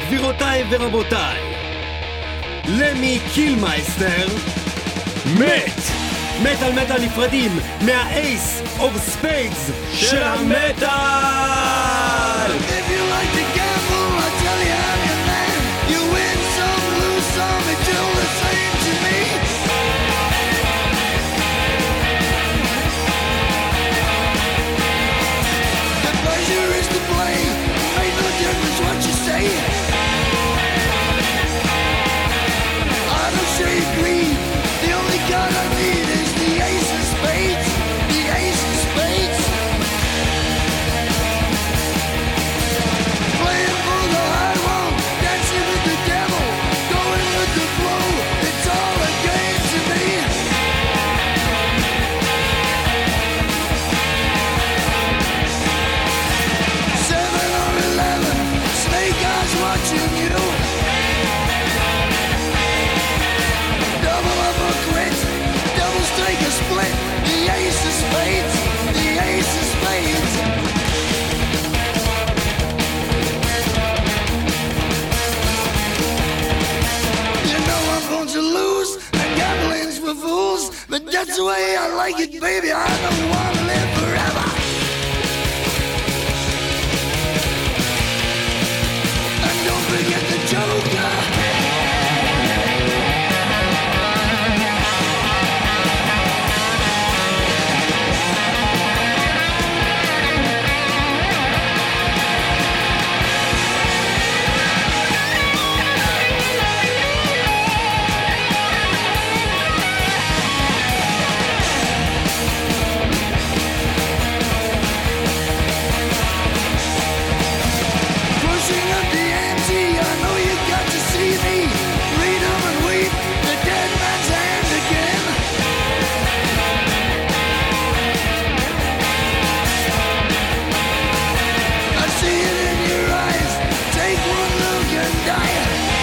גבירותיי ורבותיי, למי קילמייסטר מת! מטל נפרדים מהאייס אוף ספיידס של המטל! If you like to gamble, I'll tell you how you land. You win some, lose some, it's all the same to me. The pleasure is to play, ain't no difference what you say. I don't say agree, the only card I need is the ace of spades. The ace of spades. Playing for the high road, dancing with the devil, going with the flow, it's all a game to me. Seven or 11, snake eyes watching you. Double up or quit, double strike or split, the ace of spades, the ace of spades. You know I'm going to lose, and gambling's for fools, but that's the way I like it, baby. I don't want to live forever. And don't forget the Joker. Pushing up the ante, I know you got to see me. Read 'em and weep, the dead man's hand again. I see it in your eyes, take one look and die.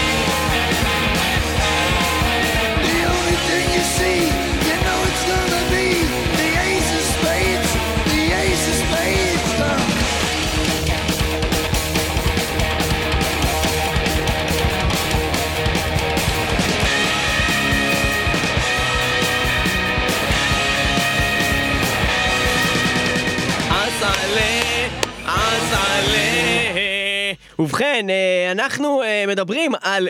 The only thing you see, you know it's gonna be the ace of spades, the ace of spades. ובכן, אנחנו מדברים על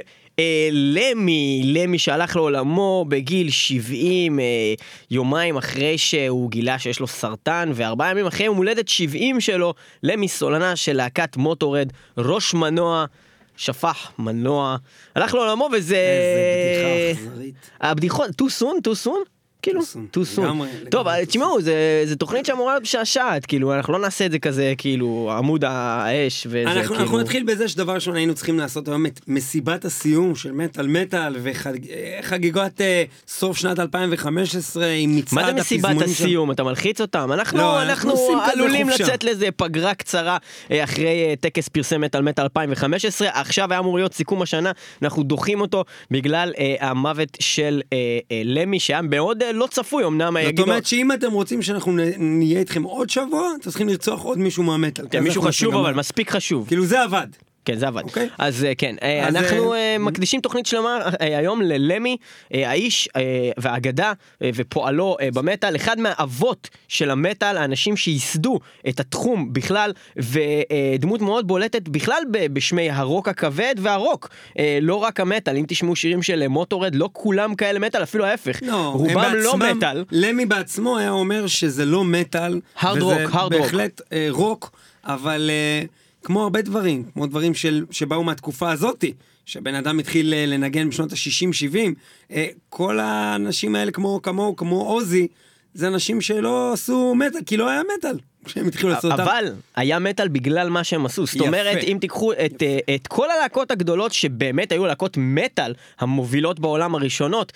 למי שהלך לעולמו בגיל 70, יומיים אחרי שהוא גילה שיש לו סרטן, ו4 ימים אחרי יום הולדת 70 שלו. למי סולנה של להקת מוטורד, ראש מנוע, שפח מנוע, הלך לעולמו, וזה... איזה בדיחה אכזרית. הבדיחות, too soon? כאילו, too soon. טוב, תשמעו, זה תוכנית שאמורה להיות בשעשעת, כאילו, אנחנו לא נעשה את זה כזה, כאילו, עמוד האש וזה, כאילו. אנחנו נתחיל בזה שדבר ראשון היינו צריכים לעשות היום את מסיבת הסיום של מטל וחגיגות סוף שנת 2015 עם מצעד מה זה מסיבת הסיום? אתה מלחיץ אותם? אנחנו עלולים לצאת לזה פגרה קצרה אחרי טקס פרסי מטל 2015, עכשיו היה אמור להיות סיכום השנה, אנחנו דוחים אותו בגלל המוות של למי, שהיה מאוד לא צפוי, אמנם זאת אומרת שאם אתם רוצים שאנחנו נהיה איתכם עוד שבוע, אתם צריכים לרצוח עוד מישהו מהמטל. כן, מישהו חשוב, אבל מספיק חשוב. כאילו זה עבד. כן, זה עבד. אז כן, אנחנו מקדישים תוכנית שלמה היום ללמי, האיש והאגדה ופועלו במטל, אחד מהאבות של המטל, האנשים שיסדו את התחום בכלל, ודמות מאוד בולטת בכלל בשמי הרוק הכבד והרוק, לא רק המטל. אם תשמעו שירים של מוטורד, לא כולם כאלה מטל, אפילו ההפך, רובם לא מטל. למי בעצמו היה אומר שזה לא מטל, וזה בהחלט רוק, אבל... כמו הרבה דברים, כמו דברים שבאו מהתקופה הזאת, שבן אדם התחיל לנגן בשנות ה-60-70, כל האנשים האלה כמו אוזי, זה אנשים שלא עשו מטל, כי לא היה מטל. שהם התחילו לעשות אותם. אבל היה מטל בגלל מה שהם עשו. זאת אומרת, אם תיקחו את כל הלהקות הגדולות שבאמת היו להקות מטל המובילות בעולם הראשונות,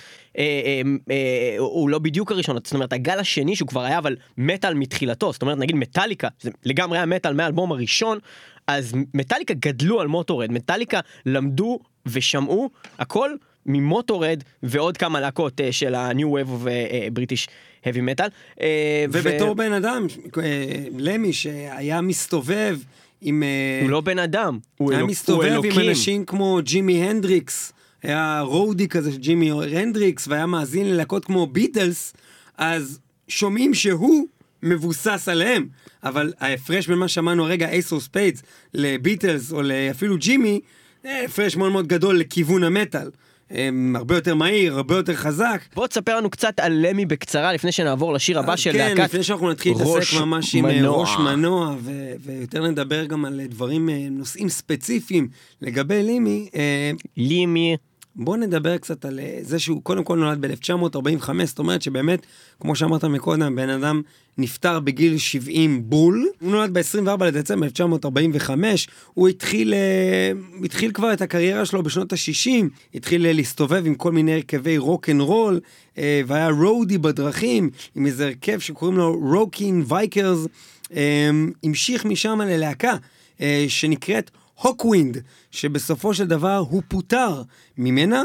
הוא לא בדיוק הראשונות. זאת אומרת, הגל השני שהוא כבר היה אבל מטל מתחילתו. זאת אומרת, נגיד מטליקה, זה לגמרי היה מטל מהאלבום הראשון, אז מטליקה גדלו על מוטורד. מטליקה למדו ושמעו הכל ממוטורד ועוד כמה להקות של ה-New Wave of British Heavy Metal. ובתור בן אדם, למי שהיה מסתובב הוא לא בן אדם, הוא היה מסתובב עם אנשים כמו ג'ימי הנדריקס, היה רודי כזה של ג'ימי הנדריקס, והיה מאזין ללהקות כמו ביטלס, אז שומעים שהוא מבוסס עליהם, אבל ההפרש בין מה שמענו הרגע, אייס אוף ספיידס, לביטלס או אפילו ג'ימי, הפרש מאוד מאוד גדול לכיוון המטל. הרבה יותר מהיר, הרבה יותר חזק. בוא תספר לנו קצת על למי בקצרה, לפני שנעבור לשיר הבא של להקת כן, לפני שאנחנו נתחיל להתעסק ממש עם ראש מנוע, ויותר נדבר גם על דברים, נושאים ספציפיים לגבי לימי. בוא נדבר קצת על זה שהוא קודם כל נולד ב-1945, זאת אומרת שבאמת, כמו שאמרת מקודם, בן אדם נפטר בגיל 70 בול, הוא נולד ב-24 לדצמבר 1945, הוא התחיל כבר את הקריירה שלו בשנות ה-60, התחיל להסתובב עם כל מיני הרכבי רוק אנד רול, והיה רודי בדרכים, עם איזה הרכב שקוראים לו רוקין וייקרס, המשיך משם ללהקה, שנקראת הוקווינד, שבסופו של דבר הוא פוטר ממנה,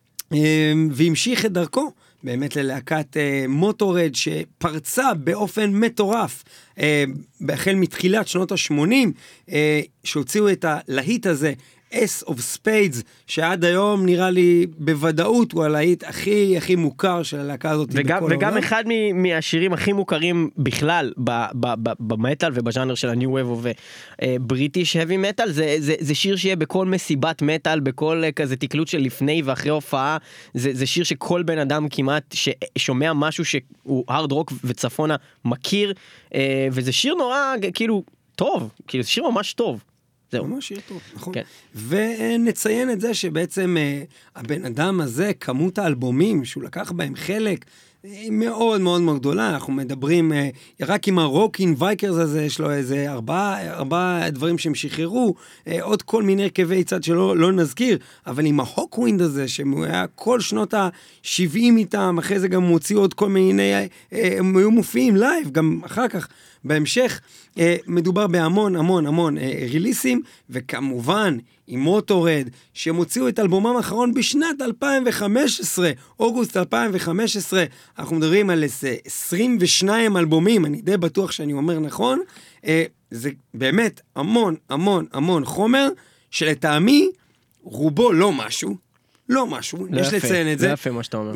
והמשיך את דרכו, באמת ללהקת מוטורד, שפרצה באופן מטורף, החל מתחילת שנות ה-80, שהוציאו את הלהיט הזה, Ace of Spades, שעד היום נראה לי בוודאות הוא הלהיט הכי מוכר של הלהקה הזאת בכל העולם. וגם אחד מהשירים הכי מוכרים בכלל במטל ובז'אנר של הניו וייב ובריטיש heavy metal, זה שיר שיהיה בכל מסיבת מטל, בכל כזה תקלוט של לפני ואחרי הופעה, זה שיר שכל בן אדם כמעט ששומע משהו שהוא הרד רוק וצפונה מכיר, וזה שיר נורא כאילו טוב, כאילו זה שיר ממש טוב. זהו. ממש שיר טוב, נכון. כן. ונציין את זה שבעצם הבן אדם הזה, כמות האלבומים שהוא לקח בהם חלק, מאוד מאוד מאוד גדולה. אנחנו מדברים, רק עם הרוקין וייקרס הזה, יש לו איזה ארבעה דברים שהם שחררו, עוד כל מיני הרכבי צד שלא לא נזכיר, אבל עם ההוקווינד הזה, שהיה כל שנות ה-70 איתם, אחרי זה גם הוציאו עוד כל מיני, הם היו מופיעים לייב, גם אחר כך, בהמשך, מדובר בהמון ריליסים, וכמובן עם מוטורד, שהם הוציאו את אלבומם האחרון בשנת 2015, אוגוסט 2015, אנחנו מדברים על איזה 22 אלבומים, אני די בטוח שאני אומר נכון, זה באמת המון חומר, שלטעמי רובו לא משהו, יש לציין את זה. לא יפה מה שאתה אומר.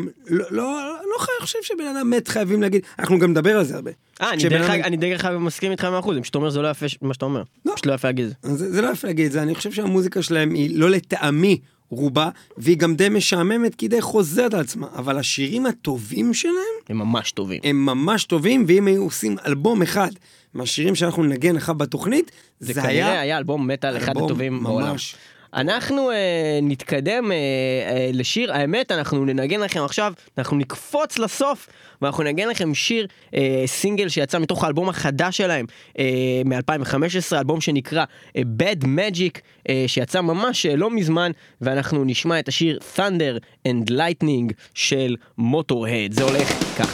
לא חושב שבן אדם מת חייבים להגיד, אנחנו גם נדבר על זה הרבה. אני דרך אגב מסכים איתך 100%, אם שאתה אומר זה לא יפה מה שאתה אומר. פשוט לא יפה להגיד זה. זה לא יפה להגיד זה, אני חושב שהמוזיקה שלהם היא לא לטעמי רובה, והיא גם די משעממת כי די חוזרת על עצמה, אבל השירים הטובים שלהם, הם ממש טובים, ואם היו עושים אלבום אחד, מהשירים שאנחנו נגן אחד בתוכנית, זה כנראה היה אלבום מטל אחד הטובים בעולם. אנחנו נתקדם לשיר, האמת אנחנו ננגן לכם עכשיו, אנחנו נקפוץ לסוף ואנחנו ננגן לכם שיר סינגל שיצא מתוך האלבום החדש שלהם מ-2015, אלבום שנקרא Bad Magic, שיצא ממש לא מזמן, ואנחנו נשמע את השיר Thunder and Lightning של Motorhead. זה הולך ככה.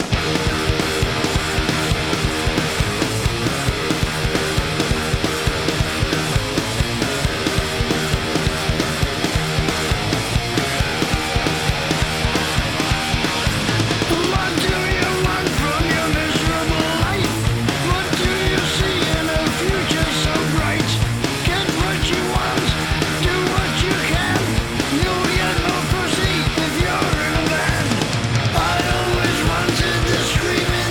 Screaming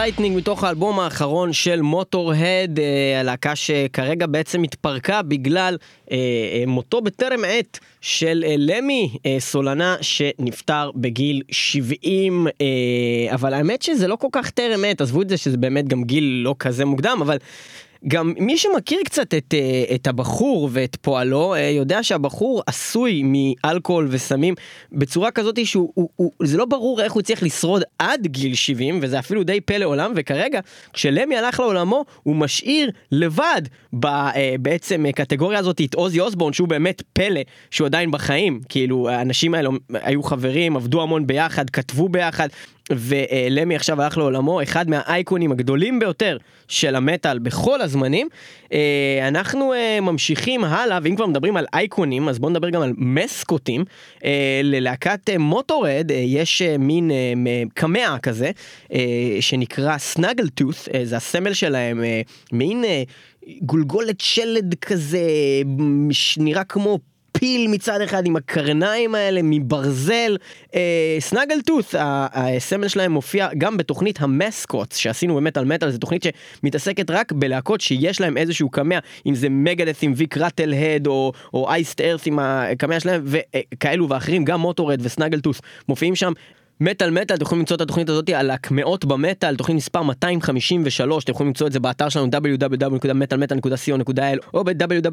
לייטנינג מתוך האלבום האחרון של מוטורהד, הלהקה שכרגע בעצם התפרקה בגלל מותו בטרם עת של למי סולנה שנפטר בגיל 70, אבל האמת שזה לא כל כך טרם עת, עזבו את זה שזה באמת גם גיל לא כזה מוקדם, אבל גם מי שמכיר קצת את הבחור ואת פועלו, יודע שהבחור עשוי מאלכוהול וסמים בצורה כזאת זה לא ברור איך הוא צריך לשרוד עד גיל 70, וזה אפילו די פלא עולם, וכרגע כשלמי הלך לעולמו, הוא משאיר לבד בעצם קטגוריה הזאת את עוזי אוסבורן, שהוא באמת פלא, שהוא עדיין בחיים, כאילו האנשים האלה היו חברים, עבדו המון ביחד, כתבו ביחד, ולמי עכשיו הלך לעולמו, אחד מהאייקונים הגדולים ביותר של המטל בכל הזמנים. אנחנו ממשיכים הלאה, ואם כבר מדברים על אייקונים, אז בואו נדבר גם על מסקוטים. ללהקת מוטורהד יש מין קמע כזה, שנקרא סנגלטוס, זה הסמל שלהם, מין גולגולת שלד כזה, שנראה כמו פיל מצד אחד עם הקרניים האלה מברזל. סנגלטוס, הסמל שלהם מופיע גם בתוכנית המסקוטס שעשינו באמת על מטל, זו תוכנית שמתעסקת רק בלהקות שיש להם איזשהו קמע, אם זה מגדס עם ויק רטל-הד או אייסט ארת' עם הקמע שלהם וכאלו ואחרים, גם מוטורהד וסנגלטוס מופיעים שם. מטל, אתם יכולים למצוא את התוכנית הזאת על הקמעות במטל, תוכנית מספר 253, אתם יכולים למצוא את זה באתר שלנו www.metalmetal.co.il או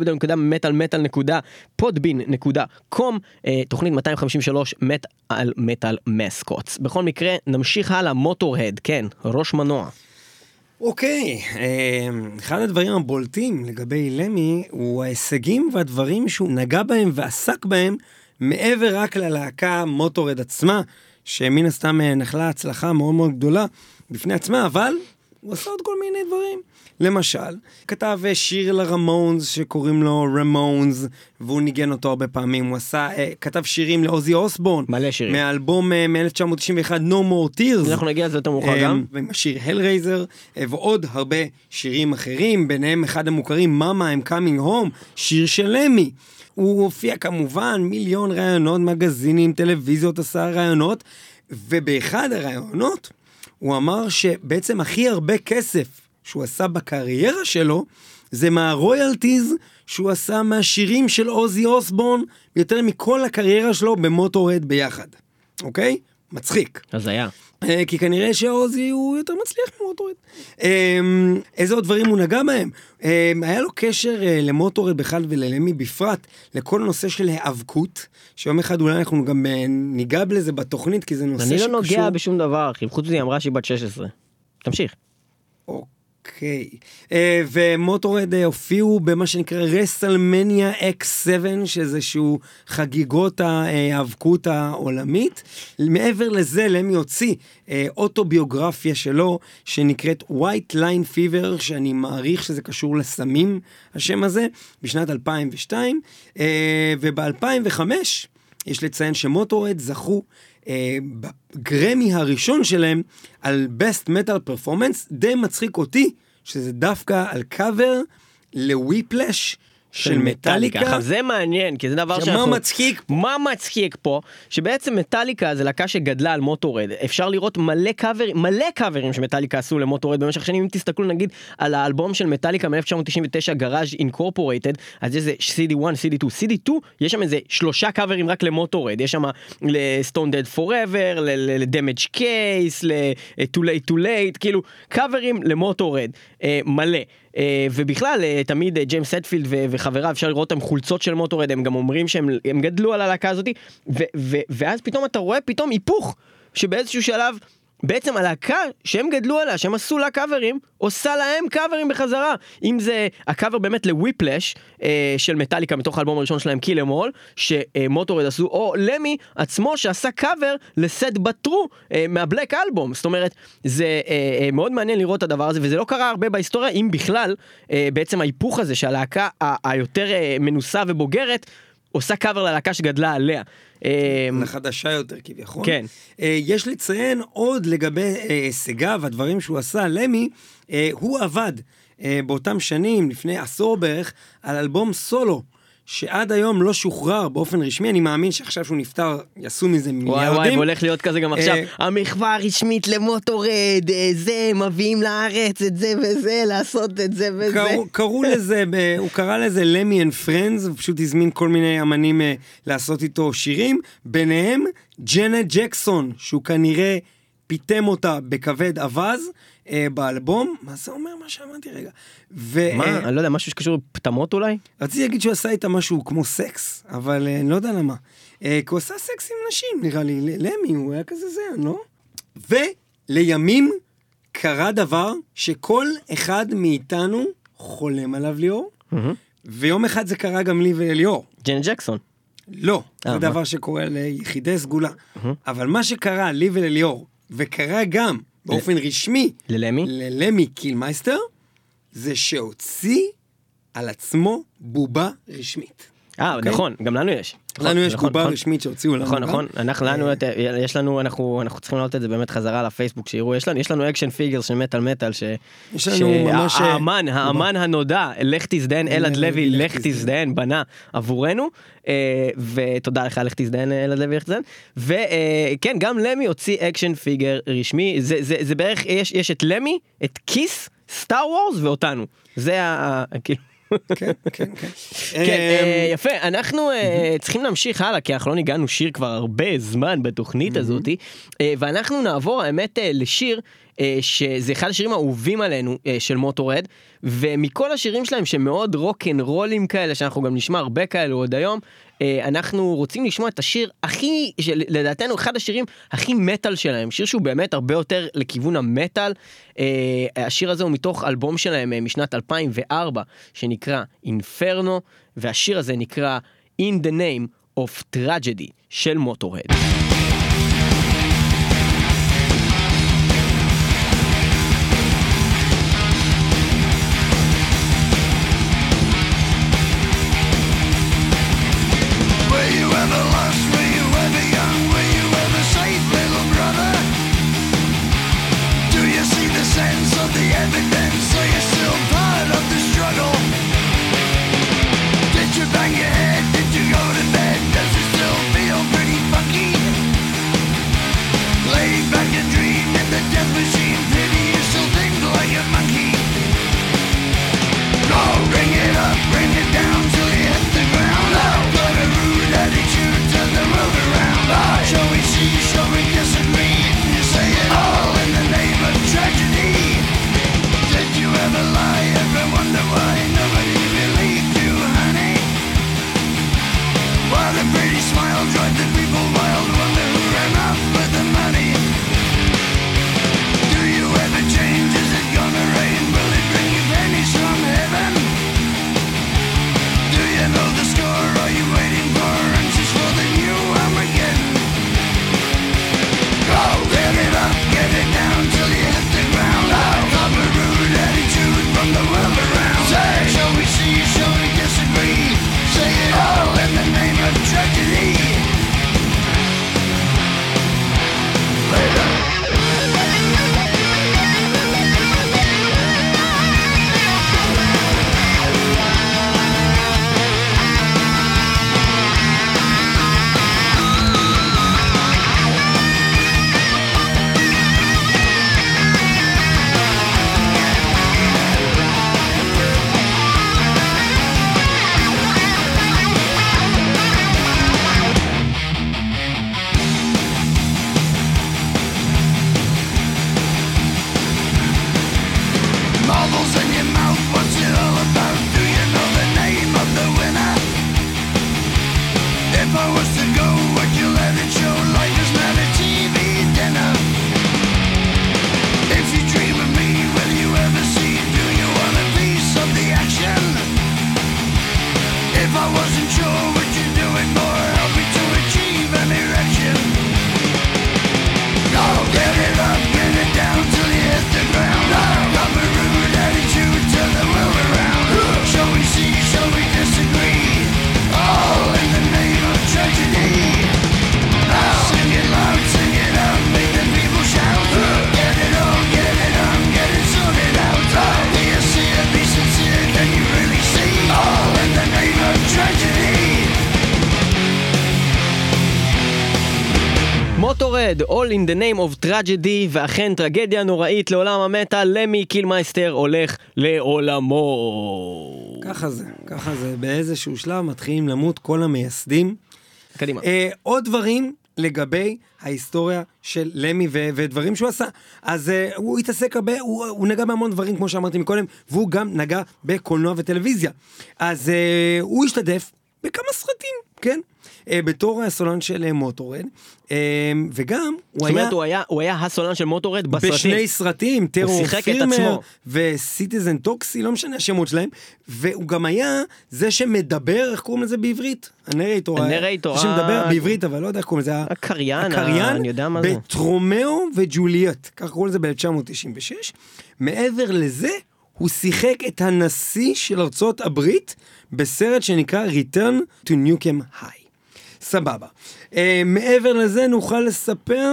ב-www.metalmetal.podbean.com, תוכנית 253 מטל מסקוטס. בכל מקרה, נמשיך הלאה, מוטורהד, כן, ראש מנוע. אוקיי, אחד הדברים הבולטים לגבי למי הוא ההישגים והדברים שהוא נגע בהם ועסק בהם מעבר רק ללהקה מוטורהד עצמה, שמן הסתם נחלה הצלחה מאוד מאוד גדולה בפני עצמה, אבל הוא עשה עוד כל מיני דברים. למשל, כתב שיר לרמונס שקוראים לו רמונס, והוא ניגן אותו הרבה פעמים. הוא כתב שירים לאוזי אוסבורן. מלא שירים. מהאלבום מ-1991, No More Tears. אנחנו נגיע לזה יותר מאוחר גם. ועם השיר הלרייזר, ועוד הרבה שירים אחרים, ביניהם אחד המוכרים, Mama I'm Coming Home, שיר של למי. הוא הופיע כמובן מיליון רעיונות, מגזינים, טלוויזיות, עשה רעיונות, ובאחד הרעיונות הוא אמר שבעצם הכי הרבה כסף שהוא עשה בקריירה שלו, זה מהרויאלטיז שהוא עשה מהשירים של עוזי אוסבורן, יותר מכל הקריירה שלו במוטורהד ביחד. אוקיי? מצחיק. אז היה. כי כנראה שעוזי הוא יותר מצליח ממוטורהד. איזה עוד דברים הוא נגע בהם? היה לו קשר למוטורהד בכלל וללמי בפרט, לכל נושא של האבקות, שיום אחד אולי אנחנו גם ניגע לזה בתוכנית, כי זה נושא שקשור. אני לא נוגע בשום דבר, אחי. חוץ מזה, אמרה שהיא בת 16. תמשיך. אוקיי. ומוטורהד הופיעו במה שנקרא רסלמניה X7, שזה שהוא חגיגות האבקות העולמית. מעבר לזה, למי הוציא אוטוביוגרפיה שלו, שנקראת White Line Fever, שאני מעריך שזה קשור לסמים, השם הזה, בשנת 2002. וב-2005, יש לציין שמוטורהד זכו בגרמי הראשון שלהם על Best Metal Performance. די מצחיק אותי שזה דווקא על קאבר לוויפלש של מטליקה. עכשיו זה מעניין, כי זה דבר שאנחנו... מה מצחיק פה? שבעצם מטליקה זה להקה שגדלה על מוטורהד. אפשר לראות מלא קאברים שמטליקה עשו למוטורהד במשך שנים. אם תסתכלו נגיד על האלבום של מטליקה מ-1999, Garage Incorporated, אז זה CD1, CD2. CD2, יש שם איזה 3 קאברים רק למוטורהד. יש שם ל-Stone Dead Forever, ל-Damage Case, ל-Too Late Too Late, כאילו קאברים למוטורהד מלא. ובכלל, תמיד ג'יימס הטפילד וחבריו, אפשר לראות אותם חולצות של מוטורהד, הם גם אומרים שהם גדלו על הלהקה הזאת, ואז פתאום אתה רואה פתאום היפוך, שבאיזשהו שלב, בעצם הלהקה שהם גדלו עליה, שהם עשו לה קאברים, עושה להם קאברים בחזרה. אם זה הקאבר באמת לוויפלש של מטליקה מתוך האלבום הראשון שלהם, Kill Em All, שמוטורהד עשו, או למי עצמו שעשה קאבר לסד בטרו מהבלק אלבום. זאת אומרת, זה מאוד מעניין לראות את הדבר הזה, וזה לא קרה הרבה בהיסטוריה, אם בכלל, בעצם ההיפוך הזה שהלהקה היותר מנוסה ובוגרת, עושה קאבר ללהקה שגדלה עליה. לחדשה יותר כביכול. כן. יש לציין עוד לגבי הישגיו, הדברים שהוא עשה, למי, הוא עבד באותם שנים, לפני עשור בערך, על אלבום סולו שעד היום לא שוחרר באופן רשמי, אני מאמין שעכשיו שהוא נפטר, יעשו מזה מיליארדים. וואי, והולך להיות כזה גם עכשיו, המחווה הרשמית למוטורד, זה, מביאים לארץ את זה וזה, לעשות את זה וזה. קראו לזה, הוא קרא לזה למי אנד פרנדס, ופשוט הזמין כל מיני אמנים לעשות איתו שירים, ביניהם ג'נט ג'קסון, שהוא כנראה פיתם אותה בכבד אבז, באלבום. מה זה אומר מה שאמרתי רגע? מה? אני לא יודע, משהו שקשור בפתמות אולי? רציתי להגיד שהוא עשה איתה משהו כמו סקס, אבל אני לא יודע למה. כי הוא עשה סקס עם נשים, נראה לי. למי, הוא היה כזה זה, לא? ולימים קרה דבר שכל אחד מאיתנו חולם עליו, ליאור. ויום אחד זה קרה גם לי וליאור. ג'נט ג'קסון. לא, זה דבר שקורה ליחידי סגולה. אבל מה שקרה לי ולליאור, וקרה גם באופן רשמי ללמי קילמייסטר, זה שהוציא על עצמו בובה רשמית. נכון, גם לנו יש. לנו יש בובה רשמית שהוציאו לנו. נכון, אנחנו צריכים לראות את זה באמת חזרה לפייסבוק, שיראו, יש לנו אקשן פיגרס של מטל, האמן הנודע, לך תזדהן, אלעד לוי, לך תזדהן, בנה עבורנו, ותודה לך, לך תזדהן, אלעד לוי, לך תזדהן, וכן, גם למי הוציא אקשן פיגר רשמי, זה בערך, יש את למי, את כיס, סטאר וורס ואותנו, זה כאילו, כן. יפה, אנחנו צריכים להמשיך הלאה, כי אנחנו לא ניגענו שיר כבר הרבה זמן בתוכנית הזאת, ואנחנו נעבור האמת לשיר, שזה אחד השירים האהובים עלינו של מוטורד, ומכל השירים שלהם שמאוד רוק'נ'רולים כאלה, שאנחנו גם נשמע הרבה כאלו עוד היום, אנחנו רוצים לשמוע את השיר הכי, לדעתנו אחד השירים הכי מטל שלהם, שיר שהוא באמת הרבה יותר לכיוון המטל. השיר הזה הוא מתוך אלבום שלהם משנת 2004 שנקרא Inferno, והשיר הזה נקרא In the Name of Tragedy של מוטורד. Tragedy. מוטורד, All in the name of tragedy, ואכן טרגדיה נוראית לעולם המטל, למי קילמייסטר הולך לעולמו. ככה זה, באיזשהו שלב מתחילים למות כל המייסדים. קדימה. עוד דברים לגבי ההיסטוריה של למי ודברים שהוא עשה. אז הוא התעסק הרבה, הוא נגע בהמון דברים כמו שאמרתי מקודם, והוא גם נגע בקולנוע וטלוויזיה. אז הוא השתתף בכמה סרטים, כן? בתור הסולן של מוטורד, וגם הוא היה הסולן של מוטורד בסרטים. בשני סרטים, טרור פירמר וסיטיזן טוקסי, לא משנה השמות שלהם, והוא גם היה זה שמדבר, איך קוראים לזה בעברית? הנרייטור. זה שמדבר בעברית, אבל לא יודע איך קוראים לזה. הקריין, אני יודע מה זה. בטרומאו וג'וליאט, כך קוראים לזה ב-1996. מעבר לזה, הוא שיחק את הנשיא של ארצות הברית, בסרט שנקרא Return to Newcomb High. סבבה. מעבר לזה נוכל לספר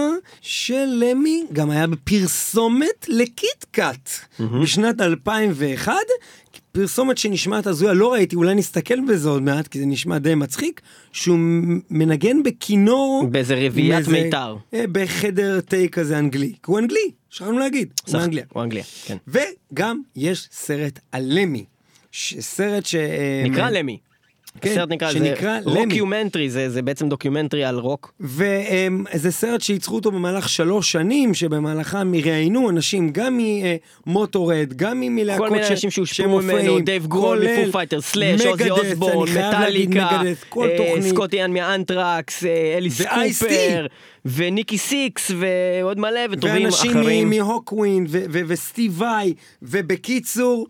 שלמי גם היה בפרסומת לקיט קאט בשנת 2001, פרסומת שנשמעת הזויה, לא ראיתי, אולי נסתכל בזה עוד מעט, כי זה נשמע די מצחיק, שהוא מנגן בכינור... באיזה רביעיית מיתר. בחדר תה כזה אנגלי. כי הוא אנגלי, שכחנו להגיד. הוא אנגליה, כן. וגם יש סרט על למי. סרט ש... נקרא למי. כן, סרט נקרא, שנקרא זה רוקיומנטרי, זה בעצם דוקיומנטרי על רוק. וזה סרט שיצרו אותו במהלך 3 שנים, שבמהלכם ראיינו אנשים גם ממוטורד, גם מלהקות כל מיני אנשים שהושפעו ממנו, דייב גרול, פו פייטר, סלאש, אוזי אוסבורן, מטליקה, סקוטיאן מאנטרקס, אליס קופר, וניקי סיקס, ועוד מלא, וטובים אחרים. ואנשים מהוקווין, וסטיב וואי, ובקיצור...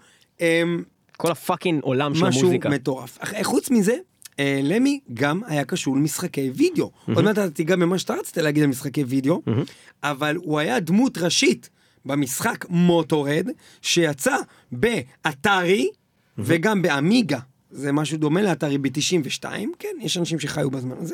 כל הפאקינג עולם של המוזיקה. משהו מטורף. חוץ מזה, למי גם היה קשור למשחקי וידאו. עוד מעט אתה תיגע במה שאתה רצית להגיד על משחקי וידאו, אבל הוא היה דמות ראשית במשחק מוטורד, שיצא באתרי וגם באמיגה. זה משהו דומה לאתרי ב-92, כן, יש אנשים שחיו בזמן הזה.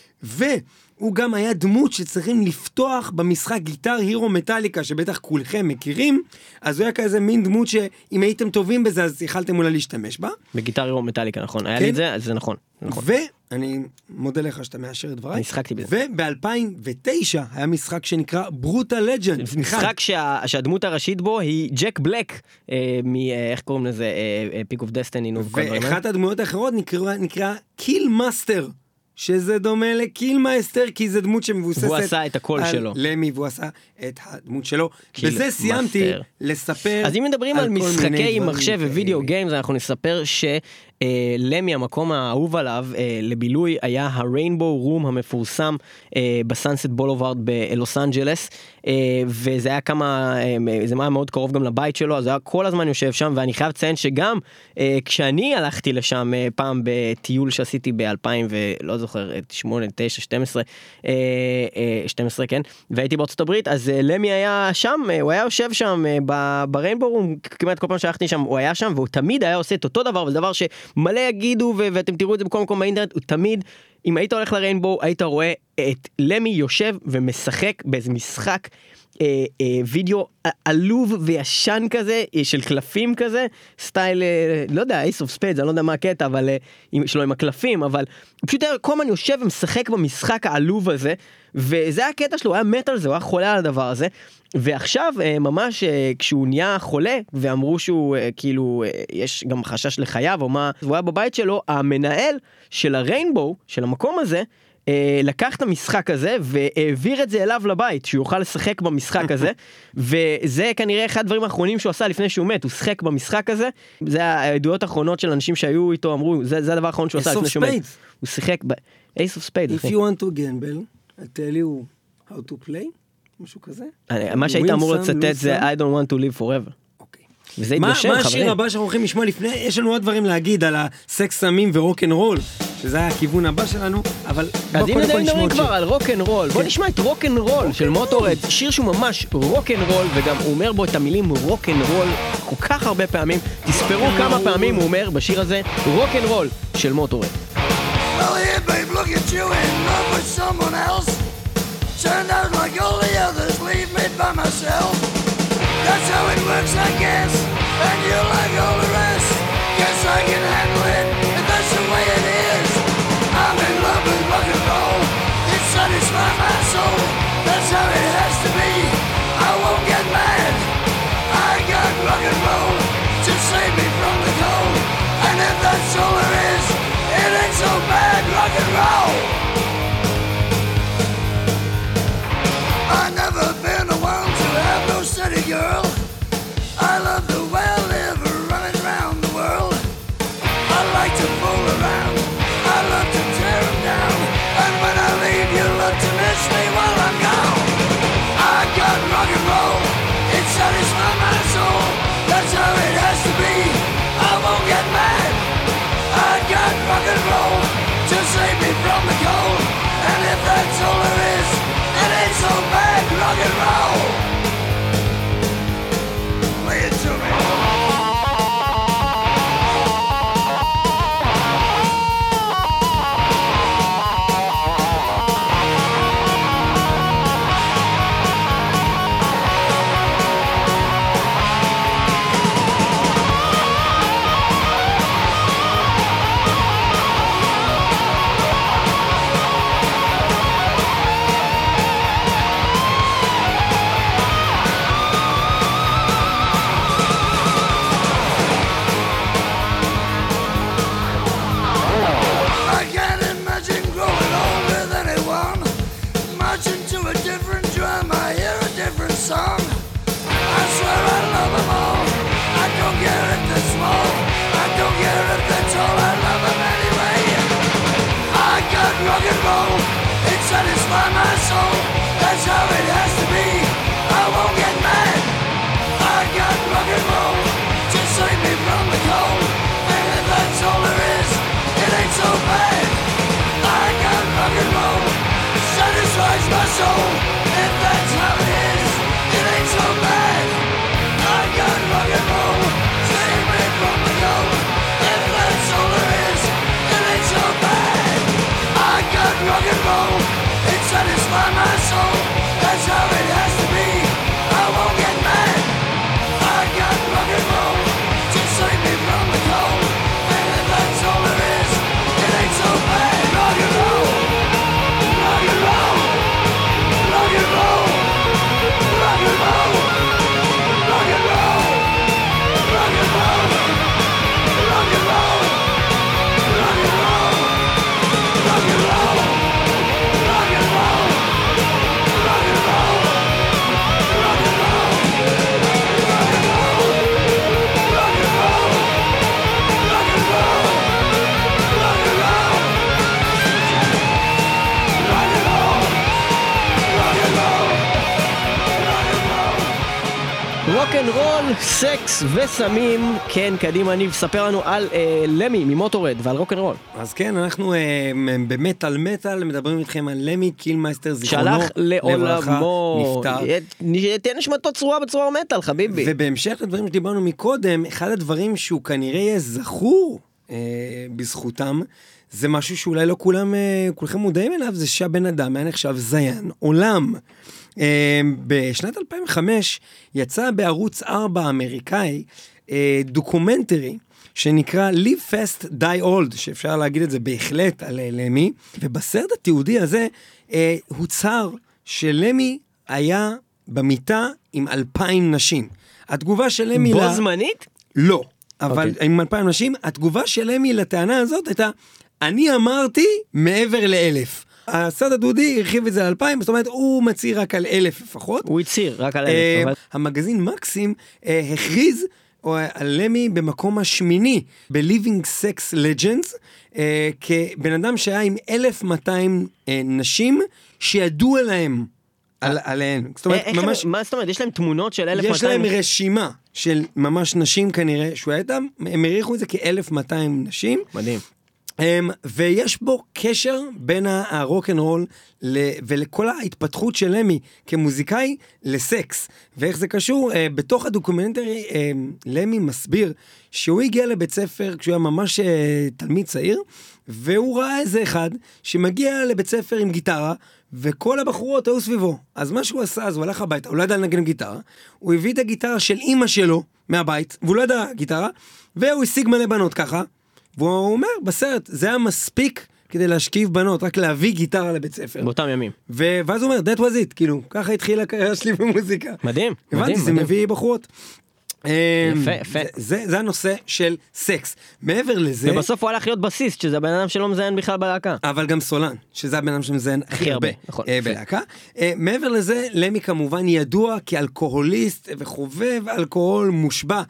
והוא גם היה דמות שצריכים לפתוח במשחק גיטר הירו מטליקה, שבטח כולכם מכירים, אז הוא היה כזה מין דמות שאם הייתם טובים בזה, אז יכלתם אולי להשתמש בה. בגיטר הירו מטליקה, נכון. היה לי את זה, אז זה נכון. ואני מודה לך שאתה מאשר את דבריי. אני שחקתי בזה. וב-2009 היה משחק שנקרא ברוטל לג'נד. משחק שהדמות הראשית בו היא ג'ק בלק, איך קוראים לזה? פיק אוף דסטיני. ואחת הדמויות האחרות נקרא קיל מאסטר. שזה דומה לקילמייסטר, כי זה דמות שמבוססת... והוא עשה את הקול שלו. למי, והוא עשה את הדמות שלו. בזה סיימתי לספר... אז אם מדברים על משחקי מחשב ווידאו גיימס, אנחנו נספר שלמי, המקום האהוב עליו לבילוי, היה הריינבו רום המפורסם בסאנסט בולווארד בלוס אנג'לס, וזה היה זה היה מאוד קרוב גם לבית שלו, אז הוא היה כל הזמן יושב שם, ואני חייב לציין שגם כשאני הלכתי לשם פעם בטיול שעשיתי ב-2000 ולא זוכר, 8, 9, 12, כן, והייתי בארצות הברית, אז למי היה שם, הוא היה יושב שם בריינבו רום, כמעט כל פעם שהלכתי שם, הוא היה שם, והוא תמיד היה עושה את אותו דבר, וזה דבר שמלא יגידו, ואתם תראו את זה בכל מקום באינטרנט, הוא תמיד, אם היית הולך לריינבו, היית רואה את למי יושב ומשחק באיזה משחק וידאו עלוב וישן כזה, של קלפים כזה, סטייל, לא יודע, Ace of Spades, אני לא יודע מה הקטע, אבל שלו עם הקלפים, אבל הוא פשוט היה כל הזמן יושב ומשחק במשחק העלוב הזה, וזה היה הקטע שלו, הוא היה מת על זה, הוא היה חולה על הדבר הזה, ועכשיו ממש כשהוא נהיה חולה, ואמרו שהוא כאילו, יש גם חשש לחייו, או מה, והוא היה בבית שלו, המנהל של הריינבו, של המקום הזה, לקח את המשחק הזה והעביר את זה אליו לבית, שהוא יוכל לשחק במשחק הזה, וזה כנראה אחד הדברים האחרונים שהוא עשה לפני שהוא מת, הוא שחק במשחק הזה, זה העדויות האחרונות של אנשים שהיו איתו, אמרו, זה הדבר האחרון שהוא עשה לפני שהוא מת. הוא שיחק Ace of Spades. If you want to gamble, I tell you how to play, משהו כזה. מה שהיית אמור לצטט זה I don't want to live forever. וזה התגשם, חברים. מה השיר הבא שאנחנו הולכים לשמוע לפני? יש לנו עוד דברים להגיד על הסקס סמים ורוק'נ'רול, שזה היה הכיוון הבא שלנו, אבל אז אם נדברים כבר על רוק'נ'רול, בוא נשמע את רוק'נ'רול של מוטורד, שיר שהוא ממש רוק'נ'רול, וגם הוא אומר בו את המילים רוק'נ'רול כל כך הרבה פעמים, תספרו כמה פעמים הוא אומר בשיר הזה רוק'נ'רול של מוטורד. Well, here, babe, look at you in love with someone else. Turned out like all the others, leave me by myself. That's how it works, I guess. And you like all the rest. Guess I can handle it, if that's the way it is. I'm in love with rock and roll. It satisfies my soul. That's roll, it satisfies my soul. That's how it has to be. I won't get mad. I got rock and roll to save me from the cold. And if that's all there is, it ain't so bad. I got rock and roll, satisfies my soul. If that's how it is, it ain't so bad. I got rock and roll, save me from the cold. If that's all there is, it ain't so bad. I got rock and roll, it satisfies my soul. That's how it has to be. I won't get mad. I got rock and roll to save me from the cold. And if that's all there is, it ain't so bad. Rock and roll, rock and roll, rock and roll, rock and roll, rock and roll, rock and roll, rock and roll, rock and roll, rock and roll, rock and roll, rock and roll, rock and roll, rock and roll, rock and roll, rock and roll, rock and roll, rock and roll, rock and roll, rock and roll. רוק'נ'רול, סקס וסמים. כן, קדימה ניב, ספר לנו על למי ממוטורד ועל רוק'נ'רול. אז כן, אנחנו במטל מטל מדברים איתכם על למי קילמייסטר, זיכרונו שהלך לעולמו, נפטר. תהיה נשמתו צרורה בצרור מטל, חביבי. ובהמשך לדברים שדיברנו מקודם, אחד הדברים שהוא כנראה יהיה זכור בזכותם, זה משהו שאולי לא כולכם מודעים אליו, זה שהבן אדם היה נחשב זיין עולם. בשנת 2005 יצא בערוץ 4 האמריקאי דוקומנטרי שנקרא Live Fast Die Old, שאפשר להגיד את זה בהחלט על למי, ובסרט התיעודי הזה הוצהר שלמי היה במיטה עם 2,000 נשים. התגובה של למי... בו זמנית? לא, אבל עם 2,000 נשים, התגובה של למי לטענה הזאת הייתה, אני אמרתי מעבר ל1,000. הסרט הדודי הרחיב את זה על 2,000, זאת אומרת, הוא מצהיר רק על 1,000 לפחות. הוא הצהיר רק על 1,000. המגזין מקסים הכריז על למי במקום השמיני, ב-Living Sex Legends, כבן אדם שהיה עם 1,200 נשים שידעו עליהם. עליהן. זאת אומרת, ממש... מה זאת אומרת? יש להם תמונות של 1,200? יש להם רשימה של ממש נשים כנראה, שהוא היה איתם, הם העריכו את זה כ1,200 נשים. מדהים. ויש בו קשר בין הרוק'נ'רול ולכל ההתפתחות של למי כמוזיקאי לסקס. ואיך זה קשור? בתוך הדוקומנטרי למי מסביר שהוא הגיע לבית ספר כשהוא היה ממש תלמיד צעיר, והוא ראה איזה אחד שמגיע לבית ספר עם גיטרה, וכל הבחורות היו סביבו. אז מה שהוא עשה, אז הוא הלך הביתה, הוא לא ידע לנגן גיטרה, הוא הביא את הגיטרה של אמא שלו מהבית, והוא לא ידע גיטרה, והוא השיג מלא בנות ככה, והוא אומר, בסרט, זה היה מספיק כדי להשכיב בנות, רק להביא גיטרה לבית ספר. באותם ימים. ואז הוא אומר, that was it, כאילו, ככה התחילה הקריירה שלי במוזיקה. מדהים, הבנתי, זה מביא בחורות. יפה, יפה. זה הנושא של סקס. מעבר לזה... ובסוף הוא הלך להיות בסיסט, שזה הבן אדם שלא מזיין בכלל בלהקה. אבל גם סולן, שזה הבן אדם שמזיין הכי הרבה בלהקה. מעבר לזה, למי כמובן ידוע כאלכוהוליסט וחובב אלכוהול מושבע.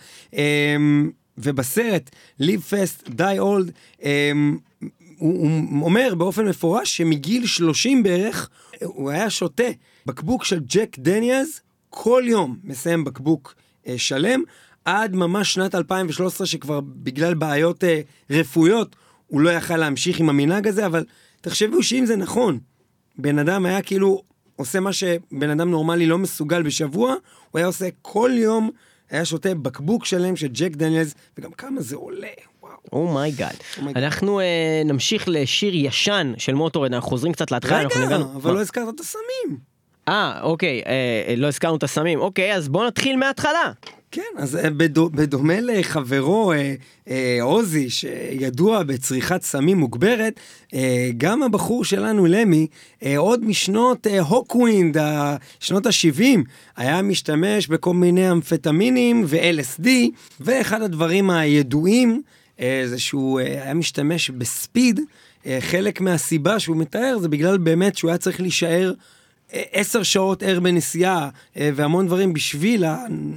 ובסרט Live Fast Die Old הוא אומר באופן מפורש שמגיל 30 בערך הוא היה שותה בקבוק של ג'ק דניאלס כל יום, מסיים בקבוק שלם, עד ממש שנת 2013 שכבר בגלל בעיות רפואיות הוא לא יכל להמשיך עם המנהג הזה. אבל תחשבו שאם זה נכון, בן אדם היה כאילו עושה מה שבן אדם נורמלי לא מסוגל בשבוע, הוא היה עושה כל יום, היה שותה בקבוק שלם של ג'ק דניאלס, וגם כמה זה עולה, וואו. אומייגאד. אנחנו נמשיך לשיר ישן של מוטורד, אנחנו חוזרים קצת להתחלה. רגע, אבל לא הזכרת את הסמים. אוקיי, לא הזכרנו את הסמים. אוקיי, אז בואו נתחיל מההתחלה. כן, אז בדומה לחברו עוזי, שידוע בצריכת סמים מוגברת, גם הבחור שלנו למי, עוד משנות הוקווינד, שנות ה-70, היה משתמש בכל מיני אמפטמינים ו-LSD, ואחד הדברים הידועים, זה שהוא היה משתמש בספיד. חלק מהסיבה שהוא מתאר, זה בגלל באמת שהוא היה צריך להישאר 10 שעות ער בנסיעה, והמון דברים בשביל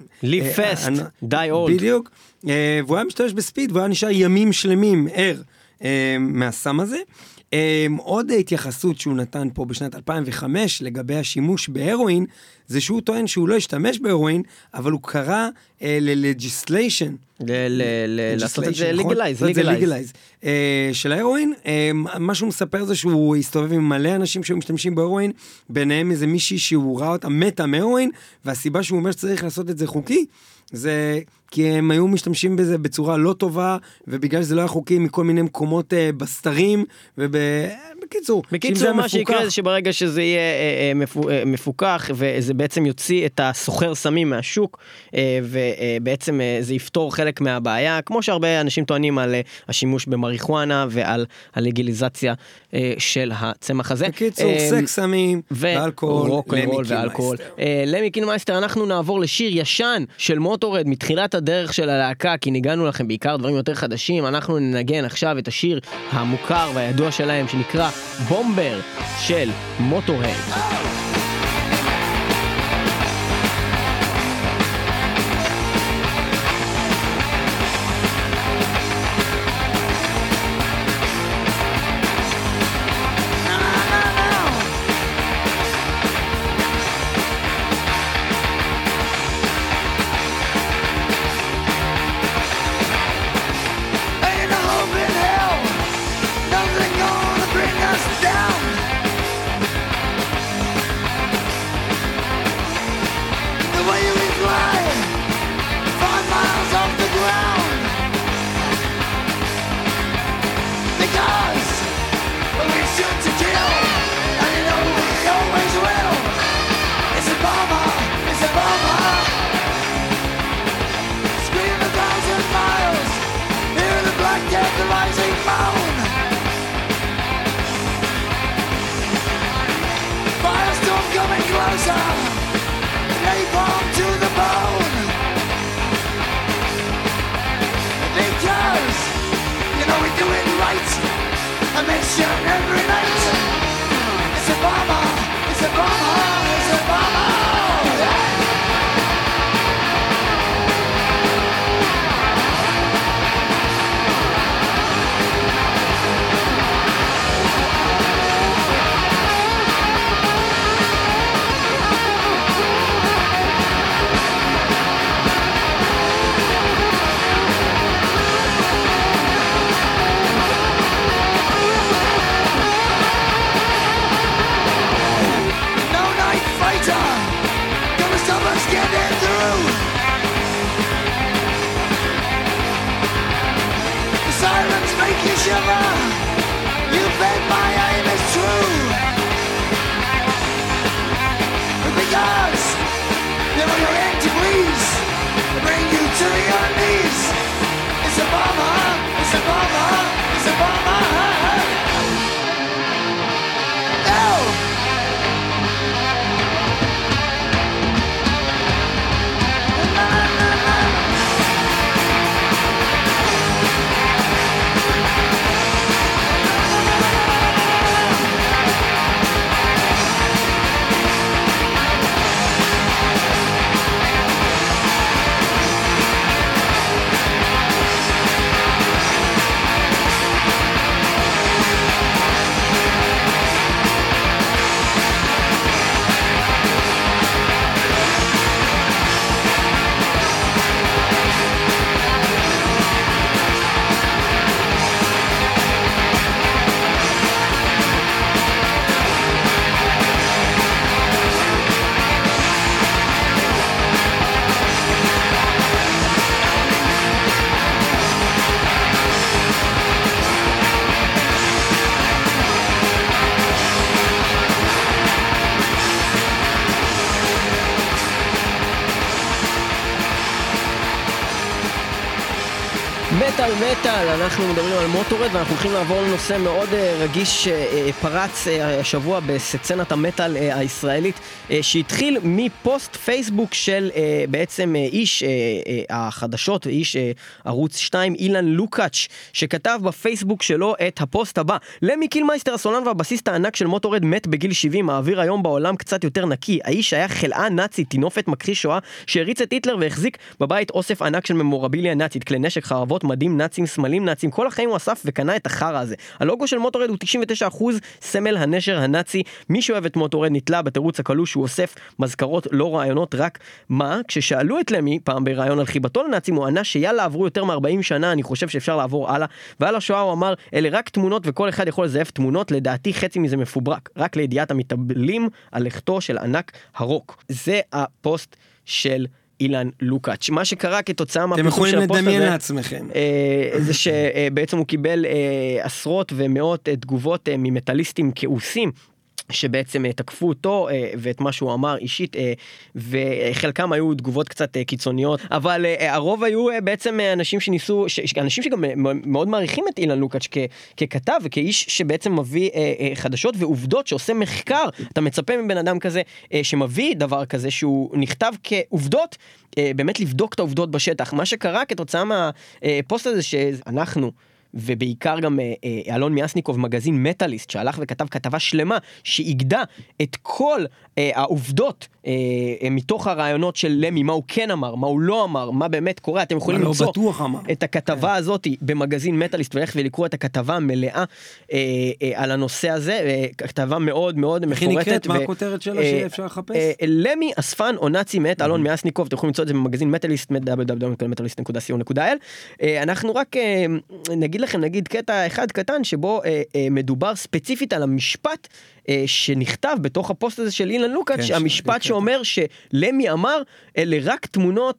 Live fast, die old. בדיוק. והוא היה משתמש בספיד, והוא היה נשאר ימים שלמים ער. מהסם הזה. עוד התייחסות שהוא נתן פה בשנת 2005 לגבי השימוש בהרואין, זה שהוא טוען שהוא לא השתמש בהרואין, אבל הוא קרא ללג'יסליישן. לעשות את זה לגלייז. של ההרואין, מה שהוא מספר זה שהוא הסתובב עם מלא אנשים שמשתמשים בהרואין, ביניהם איזה מישהי שהוא ראה אותה מתה מהרואין, והסיבה שהוא אומר שצריך לעשות את זה חוקי, זה כי הם היו משתמשים בזה בצורה לא טובה, ובגלל שזה לא היה חוקי מכל מיני מקומות בסתרים, בקיצור, מה שיקרה זה שברגע שזה יהיה מפוקח, וזה בעצם יוציא את הסוחר סמים מהשוק, ובעצם זה יפתור חלק מהבעיה, כמו שהרבה אנשים טוענים על השימוש במריחואנה, ועל הלגליזציה של הצמח הזה. בקיצור, סקס, סמים, ואלכוהול, רוק'נ'רול ואלכוהול. למי קינמייסטר, אנחנו נעבור לשיר ישן של מוטורד, מתחילת הדרך של הלהקה, כי ניגענו לכם בעיקר דברים יותר חדשים, אנחנו ננגן עכשיו את השיר המוכר והידוע שלהם, שנקרא בומבר של מוטורד. מטל, אנחנו מדברים על מוטורד ואנחנו הולכים לעבור לנושא מאוד רגיש פרץ השבוע בסצנת המטל הישראלית, שהתחיל מפוסט פייסבוק של בעצם איש החדשות, איש ערוץ 2, אילן לוקאץ', שכתב בפייסבוק שלו את הפוסט הבא: למי קילמייסטר, הסולן והבסיסט הענק של מוטורד, מת בגיל 70, האוויר היום בעולם קצת יותר נקי. האיש היה חלאה נאצי, תינופת מכחיש שואה שהריץ את היטלר והחזיק בבית אוסף ענק של ממורביליה נאצית, כלי נשק, חרבות, מדים, דגלים נאצים, סמלים נאצים, כל החיים הוא אסף וקנה את החרא הזה. הלוגו של מוטורד הוא 99% סמל הנשר הנאצי. מי שאוהב את מוטורד נתלה בתירוץ הקלוש שהוא אוסף מזכרות, לא רעיונות, רק מה? כששאלו את למי פעם ברעיון על חיבתו לנאצים, הוא ענה שיאללה, עברו יותר מ-40 שנה, אני חושב שאפשר לעבור הלאה. ועל השואה הוא אמר, אלה רק תמונות וכל אחד יכול לזייף תמונות, לדעתי חצי מזה מפוברק, רק לידיעת המתאבלים על לכתו של ענק הרוק. זה הפוסט של אילן לוקאץ'. מה שקרה כתוצאה מהפרסום של הפוסט הזה, אתם יכולים לדמיין לעצמכם. זה שבעצם הוא קיבל עשרות ומאות תגובות ממטליסטים כעוסים, שבעצם תקפו אותו ואת מה שהוא אמר אישית, וחלקם היו תגובות קצת קיצוניות, אבל הרוב היו בעצם אנשים שניסו, אנשים שגם מאוד מעריכים את אילן לוקאץ' ככתב וכאיש שבעצם מביא חדשות ועובדות, שעושה מחקר. אתה מצפה מבן אדם כזה שמביא דבר כזה שהוא נכתב כעובדות, באמת לבדוק את העובדות בשטח. מה שקרה כתוצאה מהפוסט הזה שאנחנו ובעיקר גם אלון מיאסניקוב מגזין מטליסט שהלך וכתב כתבה שלמה שהגדה את כל העובדות מתוך הרעיונות של למי, מה הוא כן אמר, מה הוא לא אמר, מה באמת קורה. אתם יכולים למצוא את הכתבה הזאת במגזין מטליסט ולך ולקרוא את הכתבה המלאה על הנושא הזה, כתבה מאוד מאוד מפורטת. איך נקראת? מה הכותרת שלה שאפשר לחפש? למי אספן או נאצי מאת אלון מיאסניקוב. אתם יכולים למצוא את זה במגזין מטליסט www.metalist.co.il. אנחנו רק נגיד לכם, נגיד קטע אחד קטן שבו מדובר ספציפית על המשפט שנכתב בתוך הפוסט הזה של אילן לוקאץ', המשפט שאומר שלמי אמר, אלה רק תמונות,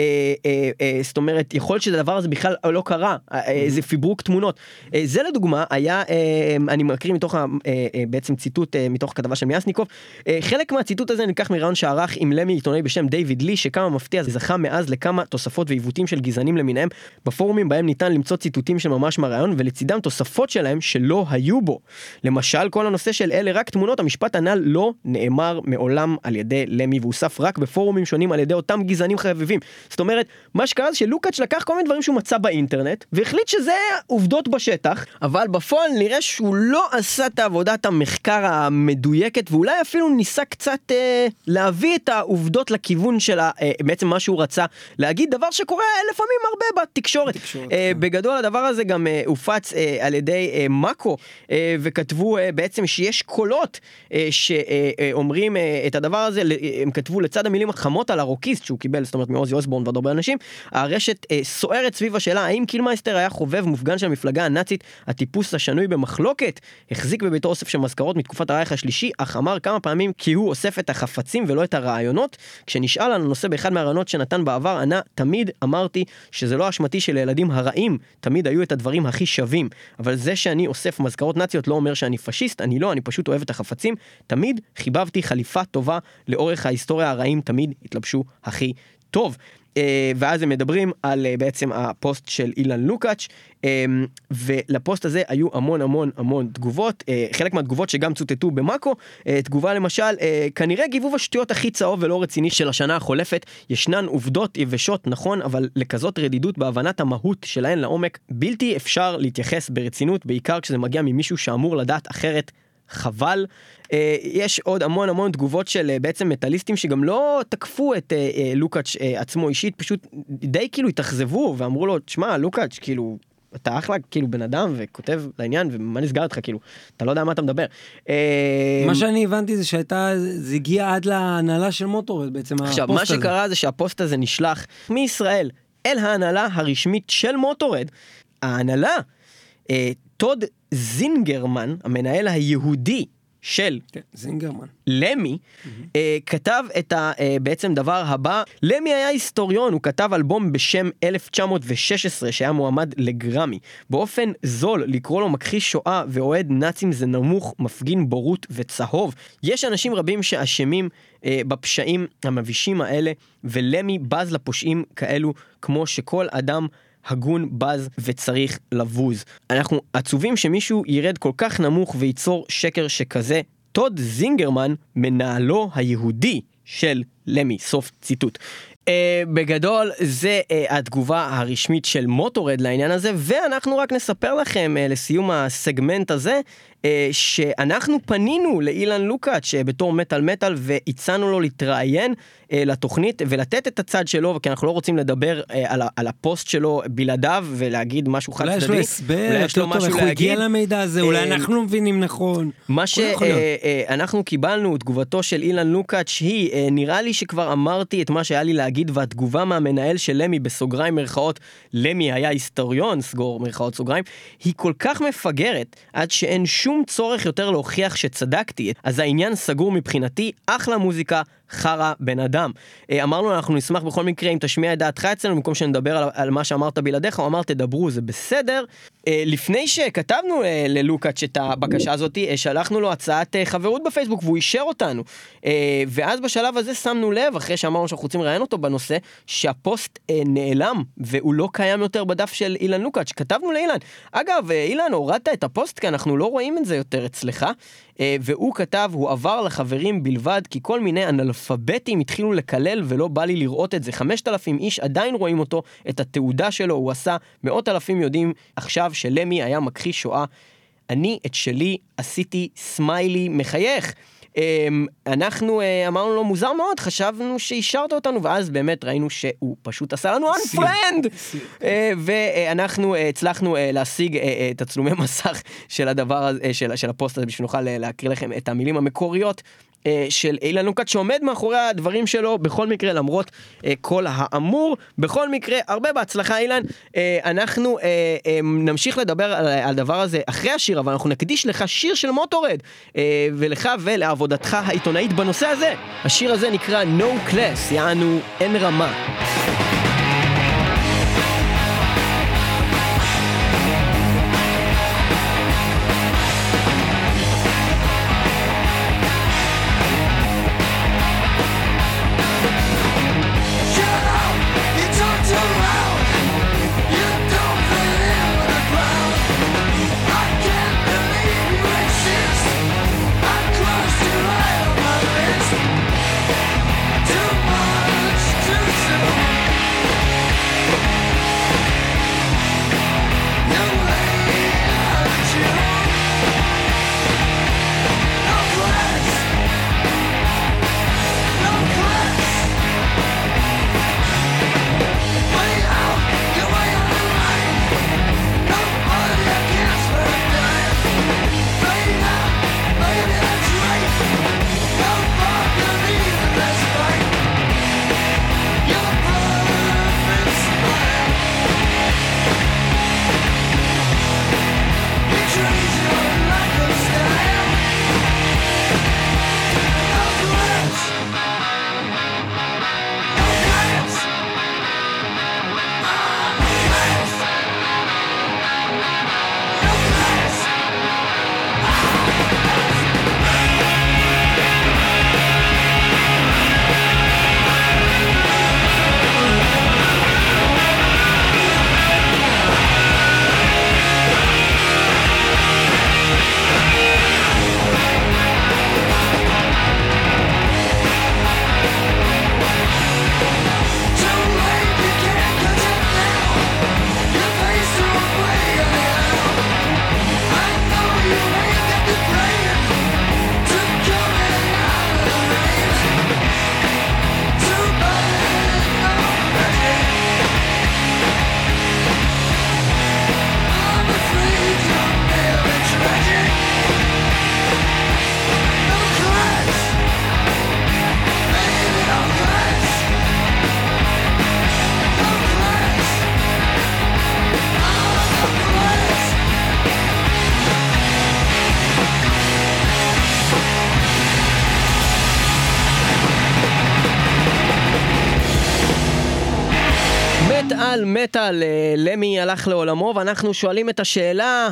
זאת אומרת, יכול להיות שהדבר הזה בכלל לא קרה, זה פיברוק תמונות. זה לדוגמה, היה, אני מקריא מתוך, בעצם ציטוט מתוך כתבה של מיאסניקוב, חלק מהציטוט הזה נלקח מרעיון שערך עם למי עיתונאי בשם דיוויד לי, שכמה מפתיע זכה מאז לכמה תוספות ועיוותים של גזענים למיניהם, בפורומים בהם ניתן למצוא ציטוטים של ממש מהרעיון, ולצידם תוספות שלהם שלא היו בו. למשל, כל הנושא של אלה רק תמונות, המשפט הנ"ל לא נאמר מעולם על ידי למי, והוסף רק בפורומים שונים על ידי אותם גזענים חביבים. זאת אומרת, מה שקרה זה שלוקאץ' לקח כל מיני דברים שהוא מצא באינטרנט, והחליט שזה עובדות בשטח, אבל בפועל נראה שהוא לא עשה את עבודת המחקר המדויקת, ואולי אפילו ניסה קצת להביא את העובדות לכיוון של בעצם מה שהוא רצה להגיד, דבר שקורה לפעמים הרבה בתקשורת. בגדול הדבר הזה גם הופץ על ידי מקו, וכתבו בעצם שיש קולות שאומרים את הדבר הזה, הם כתבו לצד המילים החמות על הרוקיסט שהוא קיבל, זאת אומרת מעוזי אוסבורן ועוד הרבה אנשים, הרשת סוערת סביב השאלה האם קילמייסטר היה חובב מופגן של המפלגה הנאצית, הטיפוס השנוי במחלוקת, החזיק בביתו אוסף של מזכרות מתקופת הרייך השלישי, אך אמר כמה פעמים כי הוא אוסף את החפצים ולא את הרעיונות. כשנשאל על הנושא באחד מהרעיונות שנתן בעבר, ענה, תמיד אמרתי שזה לא אשמתי של הילדים הרעים, תמיד היו את הדברים הכי שווים, אבל זה שאני אוסף מזכרות נאציות לא אומר שאני פשיסט, אני לא, אני פשוט אוהב את החפצים, תמיד חיבבתי חליפה טובה, לאורך ההיסטוריה הרעים תמיד התלבשו הכי טוב. ואז הם מדברים על בעצם הפוסט של אילן לוקאץ', ולפוסט הזה היו המון תגובות, חלק מהתגובות שגם צוטטו במאקו, תגובה למשל, כנראה גיבוב השטויות הכי צהוב ולא רציני של השנה החולפת, ישנן עובדות יבשות, נכון, אבל לכזאת רדידות בהבנת המהות שלהן לעומק, בלתי אפשר להתייחס ברצינות, בעיקר כשזה מגיע ממישהו שאמור לדעת אחרת, חבל. יש עוד המון תגובות של בעצם מטליסטים שגם לא תקפו את לוקאץ' עצמו אישית, פשוט די כאילו התאכזבו ואמרו לו, תשמע לוקאץ', כאילו אתה אחלה כאילו בן אדם וכותב לעניין ומה נסגר אותך, כאילו אתה לא יודע מה אתה מדבר. מה שאני הבנתי זה זה הגיע עד להנהלה של מוטורד בעצם. עכשיו מה שקרה זה שהפוסט הזה נשלח מישראל אל ההנהלה הרשמית של מוטורד. ההנהלה, טוד זינגרמן, המנהל היהודי של למי, כתב את בעצם דבר הבא. למי היה היסטוריון, הוא כתב אלבום בשם 1916 שהיה מועמד לגרמי. באופן זול לקרוא לו מכחיש שואה ואוהד נאצים זה נמוך, מפגין בורות וצהוב. יש אנשים רבים שאשמים בפשעים המבישים האלה, ולמי בז לפושעים כאלו כמו שכל אדם הגון בז וצריך לבוז. אנחנו עצובים שמישהו ירד כל כך נמוך וייצור שקר שכזה. טוד זינגרמן, מנהלו היהודי של למי, סוף ציטוט. בגדול זה התגובה הרשמית של מוטורד לעניין הזה, ואנחנו רק נספר לכם לסיום הסגמנט הזה שאנחנו פנינו לאילן לוקאץ' בתור מטל והצענו לו להתראיין לתוכנית ולתת את הצד שלו, כי אנחנו לא רוצים לדבר על הפוסט שלו בלעדיו ולהגיד משהו חד צדדי. אולי יש לו הסבר, יש לו משהו להגיד. הוא הגיע למידע הזה, אולי אנחנו לא מבינים נכון. מה שאנחנו קיבלנו, תגובתו של אילן לוקאץ' היא, נראה לי שכבר אמרתי את מה שהיה לי להגיד, והתגובה מהמנהל של למי בסוגריים מרכאות, למי היה היסטוריון, סגור מרכאות סוגריים, היא כל כך מפגרת, עד שאין שום צורך יותר להוכיח שצדקתי. אז העניין סגור מבחינתי, אחלה מוזיקה, חרה בן אדם. אמרנו, אנחנו נשמח בכל מקרה אם תשמיע את דעתך אצלנו, במקום שנדבר על מה שאמרת בלעדיך, הוא אמר תדברו, זה בסדר. לפני שכתבנו ללוקאץ' את הבקשה הזאת, שלחנו לו הצעת חברות בפייסבוק, והוא אישר אותנו. ואז בשלב הזה שמנו לב, אחרי שאמרנו שאנחנו רוצים לראיין אותו בנושא, שהפוסט נעלם, והוא לא קיים יותר בדף של אילן לוקאץ'. כתבנו לאילן, אגב, אילן, הורדת את הפוסט, כי אנחנו לא רואים את זה יותר אצלך. והוא כתב, הוא עבר לחברים בלבד, כי כל מיני אנאלפביתים התחילו לקלל ולא בא לי לראות את זה. 5,000 איש עדיין רואים אותו, את התעודה שלו, הוא עשה, 100,000 יודעים עכשיו שלמי היה מכחיש שואה. אני את שלי עשיתי סמיילי מחייך. אנחנו אמרנו לו מוזר מאוד, חשבנו שאישרת אותנו, ואז באמת ראינו שהוא פשוט עשה לנו unfriend, ואנחנו הצלחנו להשיג את הצלומי מסך של הדבר הזה, של הפוסט הזה, בשביל נוכל להקריא לכם את המילים המקוריות של אילן לוקאץ' שעומד מאחורי הדברים שלו, בכל מקרה, למרות כל האמור, בכל מקרה, הרבה בהצלחה אילן. אנחנו נמשיך לדבר על הדבר הזה אחרי השיר, אבל אנחנו נקדיש לך שיר של מוטורד, ולך ולעבודתך העיתונאית בנושא הזה. השיר הזה נקרא No Class, יענו אין רמה. מטל, למי הלך לעולמו, ואנחנו שואלים את השאלה,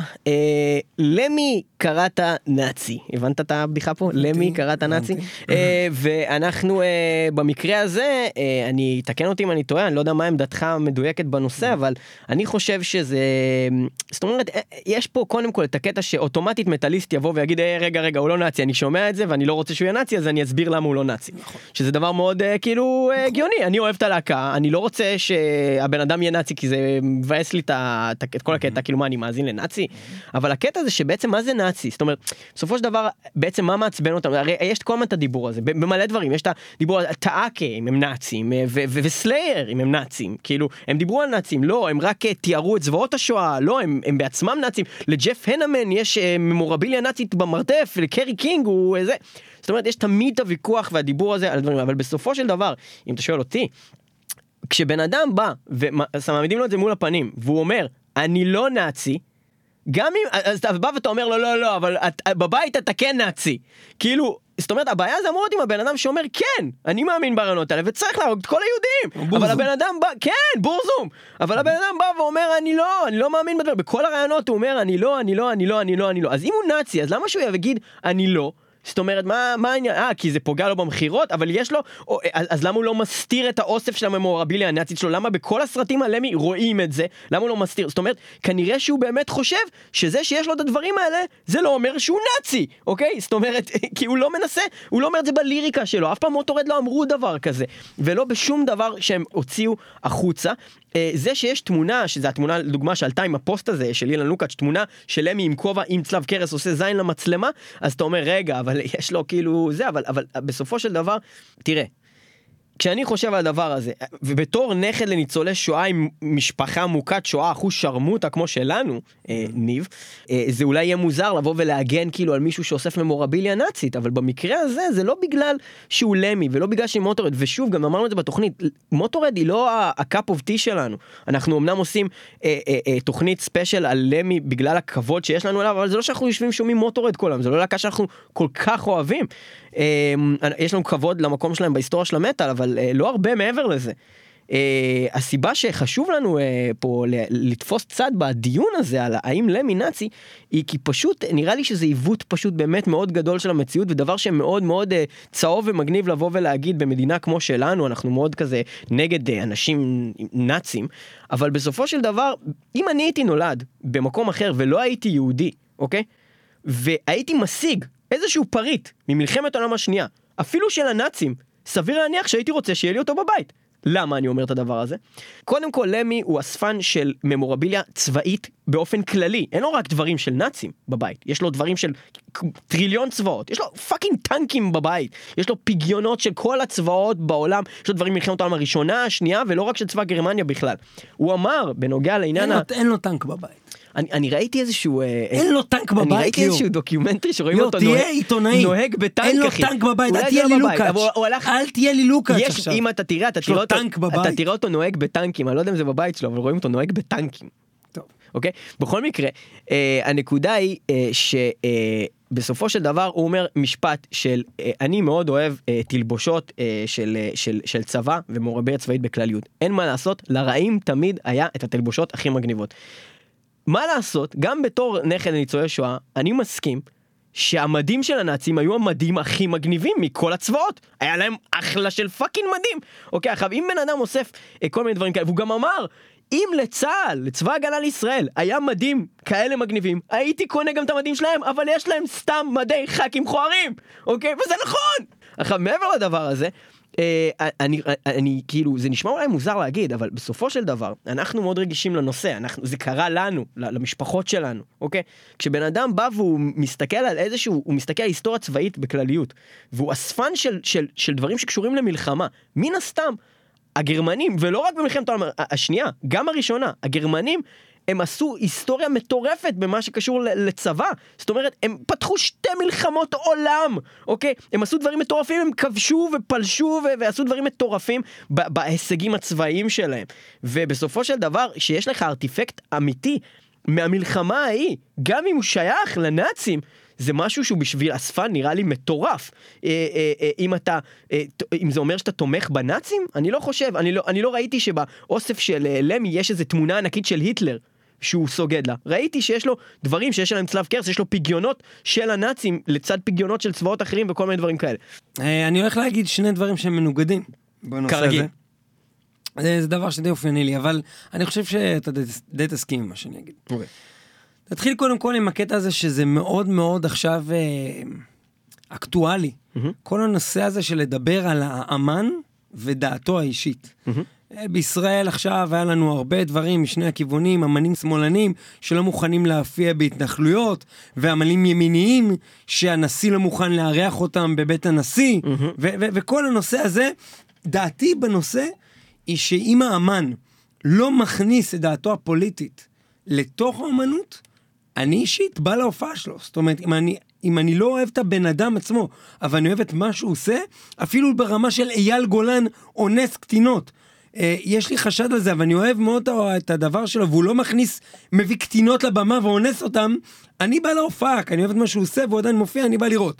למי קראת נאצי? הבנת את הבדיחה פה? למי קראת נאצי? ואנחנו במקרה הזה, אני אתקן אותי אם אני טועה, אני לא יודע מה עמדתך המדויקת בנושא, אבל אני חושב שזה, זאת אומרת, יש פה קודם כל את הקטע שאוטומטית מטליסט יבוא ויגיד, רגע, הוא לא נאצי, אני שומע את זה ואני לא רוצה שהוא יהיה נאצי, אז אני אסביר למה הוא לא נאצי. שזה דבר מאוד כאילו הגיוני, אני אוהב את הלהקה, אני לא רוצה שהבן אדם יהיה נאצי, כי זה מבאס לי את כל הקטע, כאילו מה, אני מאזין לנאצי? אבל הקטע זה שבעצם מה זה נאצי? נאצי, זאת אומרת, בסופו של דבר, בעצם מה מעצבן אותם? הרי יש כל הזמן את הדיבור הזה, במלא דברים, יש את הדיבור על טאקה, אם הם נאצים, וסלייר, אם הם נאצים, כאילו, הם דיברו על נאצים, לא, הם רק תיארו את זוועות השואה, לא, הם בעצמם נאצים, לג'ף הנמן יש ממורביליה נאצית במרתף, ולקרי קינג הוא איזה, זאת אומרת, יש תמיד את הוויכוח והדיבור הזה על הדברים, אבל בסופו של דבר, אם אתה שואל אותי, כשבן אדם בא, ומעמידים לו את זה מול הפנים, והוא אומר, אני לא נאצי, גם אם, אז אתה בא ואתה אומר לו, לא, אבל בבית אתה כן נאצי. כאילו, זאת אומרת, הבעיה זה אמור להיות עם הבן אדם שאומר, כן, אני מאמין ברעיונות האלה, וצריך להרוג את כל היהודים. אבל הבן אדם בא, כן, בורזום. אבל הבן אדם בא ואומר, אני לא מאמין בדבר. בכל הרעיונות הוא אומר, אני לא. אז אם הוא נאצי, אז למה שהוא יגיד, אני לא? זאת אומרת, מה העניין? כי זה פוגע לו במחירות, אבל יש לו, אז למה הוא לא מסתיר את האוסף של הממורביליה הנאצית שלו? למה בכל הסרטים הלמי רואים את זה? למה הוא לא מסתיר? זאת אומרת, כנראה שהוא באמת חושב שזה שיש לו את הדברים האלה, זה לא אומר שהוא נאצי, אוקיי? זאת אומרת, כי הוא לא מנסה, הוא לא אומר את זה בליריקה שלו, אף פעם מוטורד לא אמרו דבר כזה, ולא בשום דבר שהם הוציאו החוצה. זה שיש תמונה, שזו התמונה לדוגמה שעלתה עם הפוסט הזה של אילן לוקאץ', תמונה של אמי עם כובע עם צלב קרס עושה זין למצלמה, אז אתה אומר רגע, אבל יש לו כאילו זה, אבל בסופו של דבר, תראה, כשאני חושב על הדבר הזה, ובתור נכד לניצולי שואה עם משפחה מוכת שואה, אחוז שרמוטה כמו שלנו, ניב, זה אולי יהיה מוזר לבוא ולהגן כאילו על מישהו שאוסף ממורביליה נאצית, אבל במקרה הזה זה לא בגלל שהוא למי, ולא בגלל שהיא מוטורד, ושוב, גם אמרנו את זה בתוכנית, מוטורד היא לא הקאפ אוף טי שלנו, אנחנו אמנם עושים תוכנית ספיישל על למי בגלל הכבוד שיש לנו אליו, אבל זה לא שאנחנו יושבים שומעים מוטורד כל היום, זה לא להקה שאנחנו כל כך אוהבים, יש לנו כבוד למקום שלהם בהיסטוריה של המטל, אבל לא הרבה מעבר לזה. הסיבה שחשוב לנו פה לתפוס צד בדיון הזה על האם למי נאצי, היא כי פשוט נראה לי שזה עיוות פשוט באמת מאוד גדול של המציאות, ודבר שמאוד מאוד צהוב ומגניב לבוא ולהגיד במדינה כמו שלנו, אנחנו מאוד כזה נגד אנשים נאצים, אבל בסופו של דבר, אם אני הייתי נולד במקום אחר ולא הייתי יהודי, אוקיי? והייתי משיג איזשהו פריט ממלחמת העולם השנייה, אפילו של הנאצים, סביר להניח שהייתי רוצה שיהיה לי אותו בבית. למה אני אומר את הדבר הזה? קודם כל, למי הוא אספן של ממורביליה צבאית באופן כללי. אין לו רק דברים של נאצים בבית. יש לו דברים של טריליון צבאות. יש לו פאקינג טנקים בבית. יש לו פיגיונות של כל הצבאות בעולם. יש לו דברים מלחמת העולם הראשונה, השנייה, ולא רק של צבא גרמניה בכלל. הוא אמר, בנוגע לעניין אין לו טנק בבית. אני ראיתי איזשהו... אין לו טנק בבית, אני ראיתי איזשהו דוקומנטרי שרואים אותו נוהג בטנק, אין לו טנק בבית, אל תהיה לי לוקאץ'. אל תהיה לי לוקאץ' עכשיו. אם אתה תראה, אתה תראה אותו נוהג בטנקים, אני לא יודע אם זה בבית שלו, אבל רואים אותו נוהג בטנקים. טוב. אוקיי? בכל מקרה, הנקודה היא שבסופו של דבר הוא אומר משפט של, אני מאוד אוהב תלבושות של צבא ומורביליה צבאית בכלליות. אין מה לעשות, לרעים תמיד היה את התלבושות הכי מגניבות. מה לעשות, גם בתור נכד לניצולי שואה, אני מסכים שהמדים של הנאצים היו המדים הכי מגניבים מכל הצבאות. היה להם אחלה של פאקינג מדים. אוקיי, עכשיו, אם בן אדם אוסף כל מיני דברים כאלה, והוא גם אמר, אם לצה"ל, לצבא הגנה לישראל, היה מדים כאלה מגניבים, הייתי קונה גם את המדים שלהם, אבל יש להם סתם מדי חקים חוערים. אוקיי, וזה נכון. עכשיו, מעבר לדבר הזה, אני כאילו, זה נשמע אולי מוזר להגיד, אבל בסופו של דבר, אנחנו מאוד רגישים לנושא, זה קרה לנו, למשפחות שלנו, אוקיי? כשבן אדם בא והוא מסתכל על איזשהו, הוא מסתכל על היסטוריה צבאית בכלליות, והוא אספן של דברים שקשורים למלחמה, מן הסתם, הגרמנים, ולא רק במלחמת העולם השנייה, גם הראשונה, הגרמנים, הם עשו היסטוריה מטורפת במה שקשור לצבא. זאת אומרת, הם פתחו 2 מלחמות עולם, אוקיי? הם עשו דברים מטורפים, הם כבשו ופלשו ועשו דברים מטורפים בהישגים הצבאיים שלהם. ובסופו של דבר, שיש לך ארטיפקט אמיתי מהמלחמה ההיא, גם אם הוא שייך לנאצים, זה משהו שהוא בשביל אספן נראה לי מטורף. אם זה אומר שאתה תומך בנאצים, אני לא חושב, אני לא ראיתי שבאוסף של למי יש איזו תמונה ענקית של היטלר שהוא סוגד לה. ראיתי שיש לו דברים שיש להם צלב קרס, יש לו פיגיונות של הנאצים לצד פיגיונות של צבאות אחרים וכל מיני דברים כאלה. אני הולך להגיד 2 דברים שהם מנוגדים בנושא הזה. זה דבר שדי אופייני לי, אבל אני חושב שאתה די תסכים עם מה שאני אגיד. אוקיי. תתחיל קודם כל עם הקטע הזה שזה מאוד מאוד עכשיו אקטואלי. כל הנושא הזה של לדבר על האמן ודעתו האישית. בישראל עכשיו היה לנו הרבה דברים משני הכיוונים, אמנים שמאלנים שלא מוכנים להופיע בהתנחלויות, ואמנים ימיניים שהנשיא לא מוכן לארח אותם בבית הנשיא, וכל הנושא הזה, דעתי בנושא היא שאם האמן לא מכניס את דעתו הפוליטית לתוך האמנות, אני אישית בא להופעה שלו. זאת אומרת, אם אני לא אוהב את הבן אדם עצמו, אבל אני אוהב את מה שהוא עושה, אפילו ברמה של אייל גולן אונס קטינות. יש לי חשד על זה, אבל אני אוהב מאוד את הדבר שלו, והוא לא מביא קטינות לבמה ואונס אותם, אני בא להופעה, כי אני אוהב את מה שהוא עושה, והוא עדיין מופיע, אני בא לראות.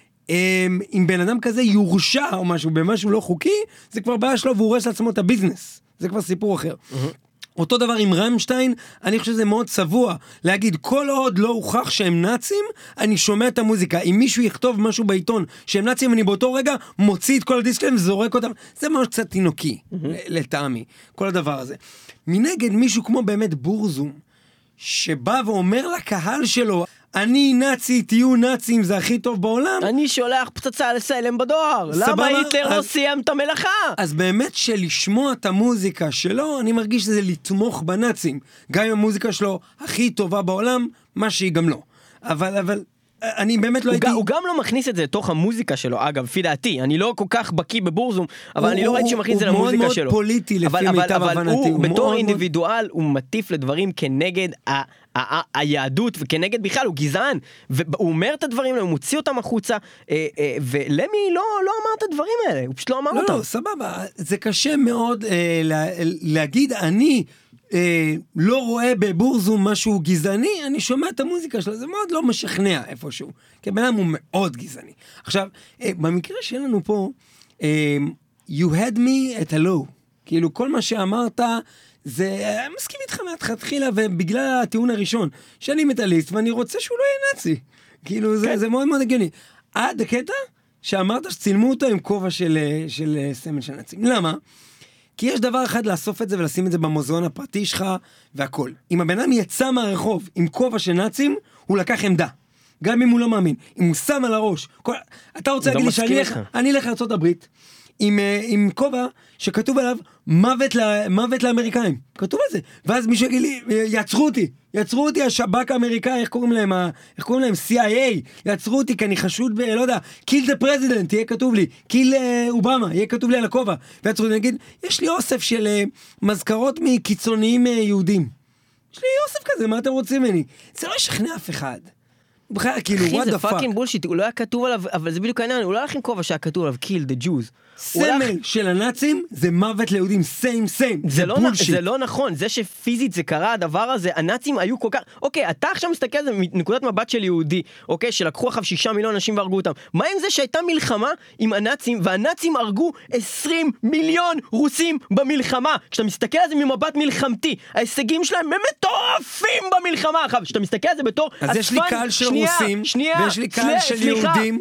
אם בן אדם כזה יורשע או משהו במשהו לא חוקי, זה כבר בעיה שלו, והוא הורס לעצמו את הביזנס. זה כבר סיפור אחר. אותו דבר עם רמשטיין, אני חושב שזה מאוד צבוע, להגיד, כל עוד לא הוכח שהם נאצים, אני שומע את המוזיקה. אם מישהו יכתוב משהו בעיתון שהם נאצים, אני באותו רגע מוציא את כל הדיסקים וזורק אותם. זה ממש קצת תינוקי, לטעמי, כל הדבר הזה. מנגד מישהו כמו באמת בורזום, שבא ואומר לקהל שלו, אני נאצי, תהיו נאצים, זה הכי טוב בעולם. אני שולח פצצה לסלם בדואר. למה היטלר לא סיים את המלאכה? אז באמת שלשמוע את המוזיקה שלו, אני מרגיש שזה לתמוך בנאצים. גם אם המוזיקה שלו הכי טובה בעולם, מה שהיא גם לא. אבל אני באמת לא הייתי... הוא גם לא מכניס את זה לתוך המוזיקה שלו, אגב, לפי דעתי. אני לא כל כך בקיא בבורזום, אבל אני לא ראיתי שהוא מכניס את זה למוזיקה שלו. הוא מאוד מאוד פוליטי לפי מיטב הבנתי. אבל הוא בתור אינדיבידואל, הוא מטיף לדברים כנגד היהדות, וכנגד בכלל, הוא גזען, והוא אומר את הדברים האלה, הוא מוציא אותם החוצה, ולמי לא אמר את הדברים האלה, הוא פשוט לא אמר אותם. לא, סבבה, זה קשה מאוד להגיד, אני לא רואה בבורזום משהו גזעני, אני שומע את המוזיקה שלו, זה מאוד לא משכנע איפשהו, כי בינם הוא מאוד גזעני. עכשיו, במקרה שלנו פה, you had me at hello, כאילו כל מה שאמרת, זה, אני מסכים איתך מהתחילה, ובגלל הטיעון הראשון, שאני מטליסט, ואני רוצה שהוא לא יהיה נאצי. כאילו, זה מאוד מאוד הגיוני. עד הקטע שאמרת שצילמו אותו עם כובע של סמל של נאצים. למה? כי יש דבר אחד לאסוף את זה ולשים את זה במוזיאון הפרטי שלך והכל. אם הבן אדם יצא מהרחוב עם כובע של נאצים, הוא לקח עמדה. גם אם הוא לא מאמין. אם הוא שם על הראש. אתה רוצה להגיד לי שאני אלך לארצות הברית, עם כובע שכתוב עליו מוות לאמריקאים. כתוב על זה. ואז מישהו יגיד לי, יצרו אותי השב"כ האמריקאי, איך קוראים להם? CIA. יצרו אותי כי אני חשוד לא יודע, kill the president, יהיה כתוב לי. kill אובמה, יהיה כתוב לי על הכובע. ויצרו אותי, נגיד, יש לי אוסף של מזכרות מקיצוניים יהודים. יש לי אוסף כזה, מה אתם רוצים ממני? זה לא ישכנע אף אחד. בכלל, כאילו, אחי, זה פאקינג בולשיט, הוא לא היה כתוב עליו, אבל זה בדיוק העניין, הוא לא הלך עם כובע שהיה כתוב עליו, kill the Jews. סמל של הנאצים זה מוות ליהודים, same, זה בולשיט. זה לא נכון, זה שפיזית זה קרה, הדבר הזה, הנאצים היו כל כך, אוקיי, אתה עכשיו מסתכל על זה מנקודת מבט של יהודי, אוקיי, שלקחו אחריו 6 מיליון אנשים והרגו אותם. מה עם זה שהייתה מלחמה עם הנאצים, והנאצים הרגו 20 מיליון רוסים במלחמה? כשאתה מסתכל על זה ממבט מלחמתי, ההישגים שלהם הם מטורפים במלחמה. כשאתה מסתכל על זה בתור אז יש לי קהל של רוסים, ויש לי קהל של יהודים,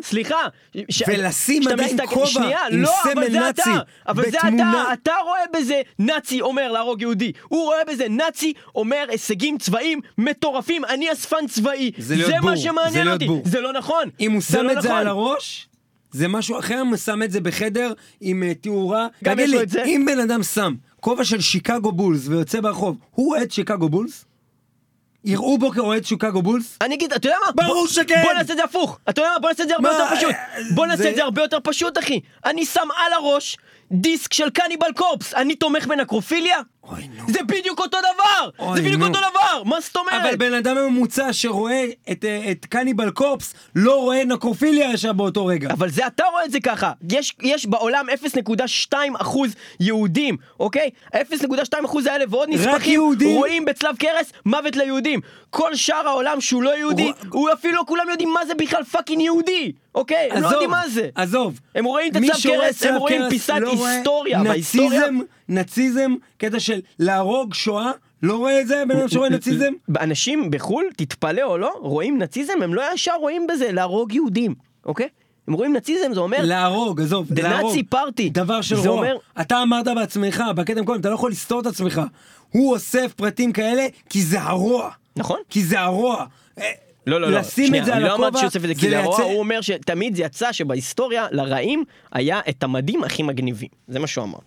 ולשים עדיין כובע עם סמל נאצי אבל זה אתה רואה בזה נאצי אומר להרוג יהודי, הוא רואה בזה נאצי אומר הישגים צבאיים מטורפים, אני אספן צבאי, זה מה שמעניין אותי. זה לא נכון. אם הוא שם את זה על הראש, זה משהו אחר. הוא שם את זה בחדר עם תיאורה. תגיד לי, אם בן אדם שם כובע של שיקגו בולס ויוצא ברחוב, הוא אוהד שיקגו בולס? יראו בו כאוהד שיקגו בולס? אני אגיד, אתה יודע מה? ברור שכן! בוא נעשה את זה הפוך! אתה יודע מה? בוא נעשה את זה הרבה יותר פשוט! בוא נעשה את זה הרבה יותר פשוט, אחי! אני שם על הראש דיסק של קניבל קורפס, אני תומך בנקרופיליה? זה בדיוק אותו דבר! זה בדיוק אותו דבר! מה זאת אומרת? אבל בן אדם ממוצע שרואה את קניבל קורפס לא רואה נקרופיליה ישר באותו רגע. אבל זה אתה רואה את זה ככה. יש בעולם 0.2% יהודים, אוקיי? 0.2% האלה ועוד נספחים רואים בצלב קרס מוות ליהודים. כל שאר העולם שהוא לא יהודי, הוא אפילו לא כולם יודעים מה זה בכלל פאקינג יהודי. אוקיי? הם לא יודעים מה זה. עזוב. הם רואים את הצלב קרס, הם רואים פיסת היסטוריה. נאציזם, קטע של להרוג שואה, לא רואה את זה, בן אדם שרואה נאציזם? אנשים בחול, תתפלא או לא, רואים נאציזם, הם לא ישר רואים בזה להרוג יהודים, אוקיי? הם רואים נאציזם, זה אומר... להרוג, עזוב, להרוג. נאצי פארטי. דבר של רוע. אתה אמרת בעצמך, בקטע קודם, אתה לא יכול לסתור את עצמך. הוא אוסף פרטים כאלה, כי זה הרוע. נכון. כי זה הרוע. לא, לשים את זה על הכובע, זה לייצר... הוא אומר שתמיד זה יצא שבהיסטוריה לרעים היה את המדים הכי מגניבים. זה מה שהוא אמר.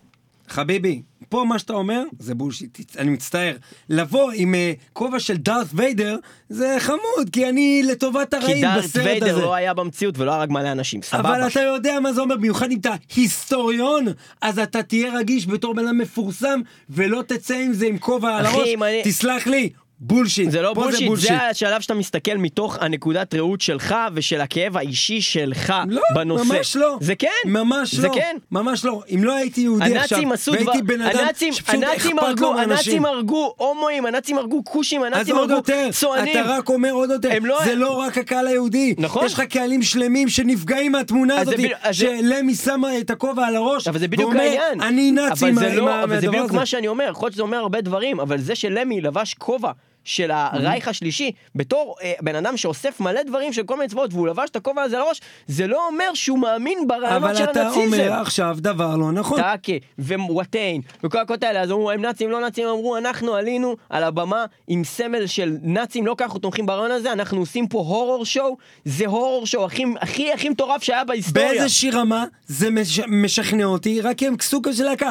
חביבי, פה מה שאתה אומר, זה בולשיט, אני מצטער. לבוא עם כובע של דארת ויידר, זה חמוד, כי אני לטובת הרעים בסרט הזה. כי דארת ויידר לא היה במציאות ולא הרג מלא אנשים, סבבה. אבל אתה יודע מה זה אומר, במיוחד אם אתה היסטוריון, אז אתה תהיה רגיש בתור בן אדם מפורסם, ולא תצא עם זה עם כובע על הראש, תסלח לי. בולשיט. זה לא בולשיט, זה השלב שאתה מסתכל מתוך הנקודת ראות שלך ושל הכאב האישי שלך בנושא. לא, ממש לא. זה כן. ממש לא. זה כן. ממש לא. אם לא הייתי יהודי עכשיו, והייתי בן אדם שפשוט אכפת לו מאנשים. הנאצים הרגו הומואים, הנאצים הרגו כושים, הנאצים הרגו צוענים. אתה רק אומר עוד יותר. זה לא רק הקהל היהודי. נכון. יש לך קהלים שלמים שנפגעים מהתמונה הזאת, שלמי שמה את הכובע על הראש, אבל זה בדיוק העניין. אני נאצי אבל זה בדיוק מה שאני אומר. יכול להיות שזה אומר הרבה דברים, אבל זה שלמי לבש כובע של הרייך השלישי, בתור בן אדם שאוסף מלא דברים של כל מיני צבאות, והוא לבש את הכובע הזה לראש, זה לא אומר שהוא מאמין ברעיונות של הנאציזם. אבל אתה אומר עכשיו דבר לא נכון. טאקי, וואטיין, וכל הקוטות האלה, אז אמרו, הם נאצים, לא נאצים, אמרו, אנחנו עלינו על הבמה עם סמל של נאצים, לא ככה תומכים ברעיון הזה, אנחנו עושים פה הורור שואו, זה הורור שואו, הכי מטורף שהיה בהיסטוריה. באיזושהי רמה זה משכנע אותי, רק הם כסוקה של להקה.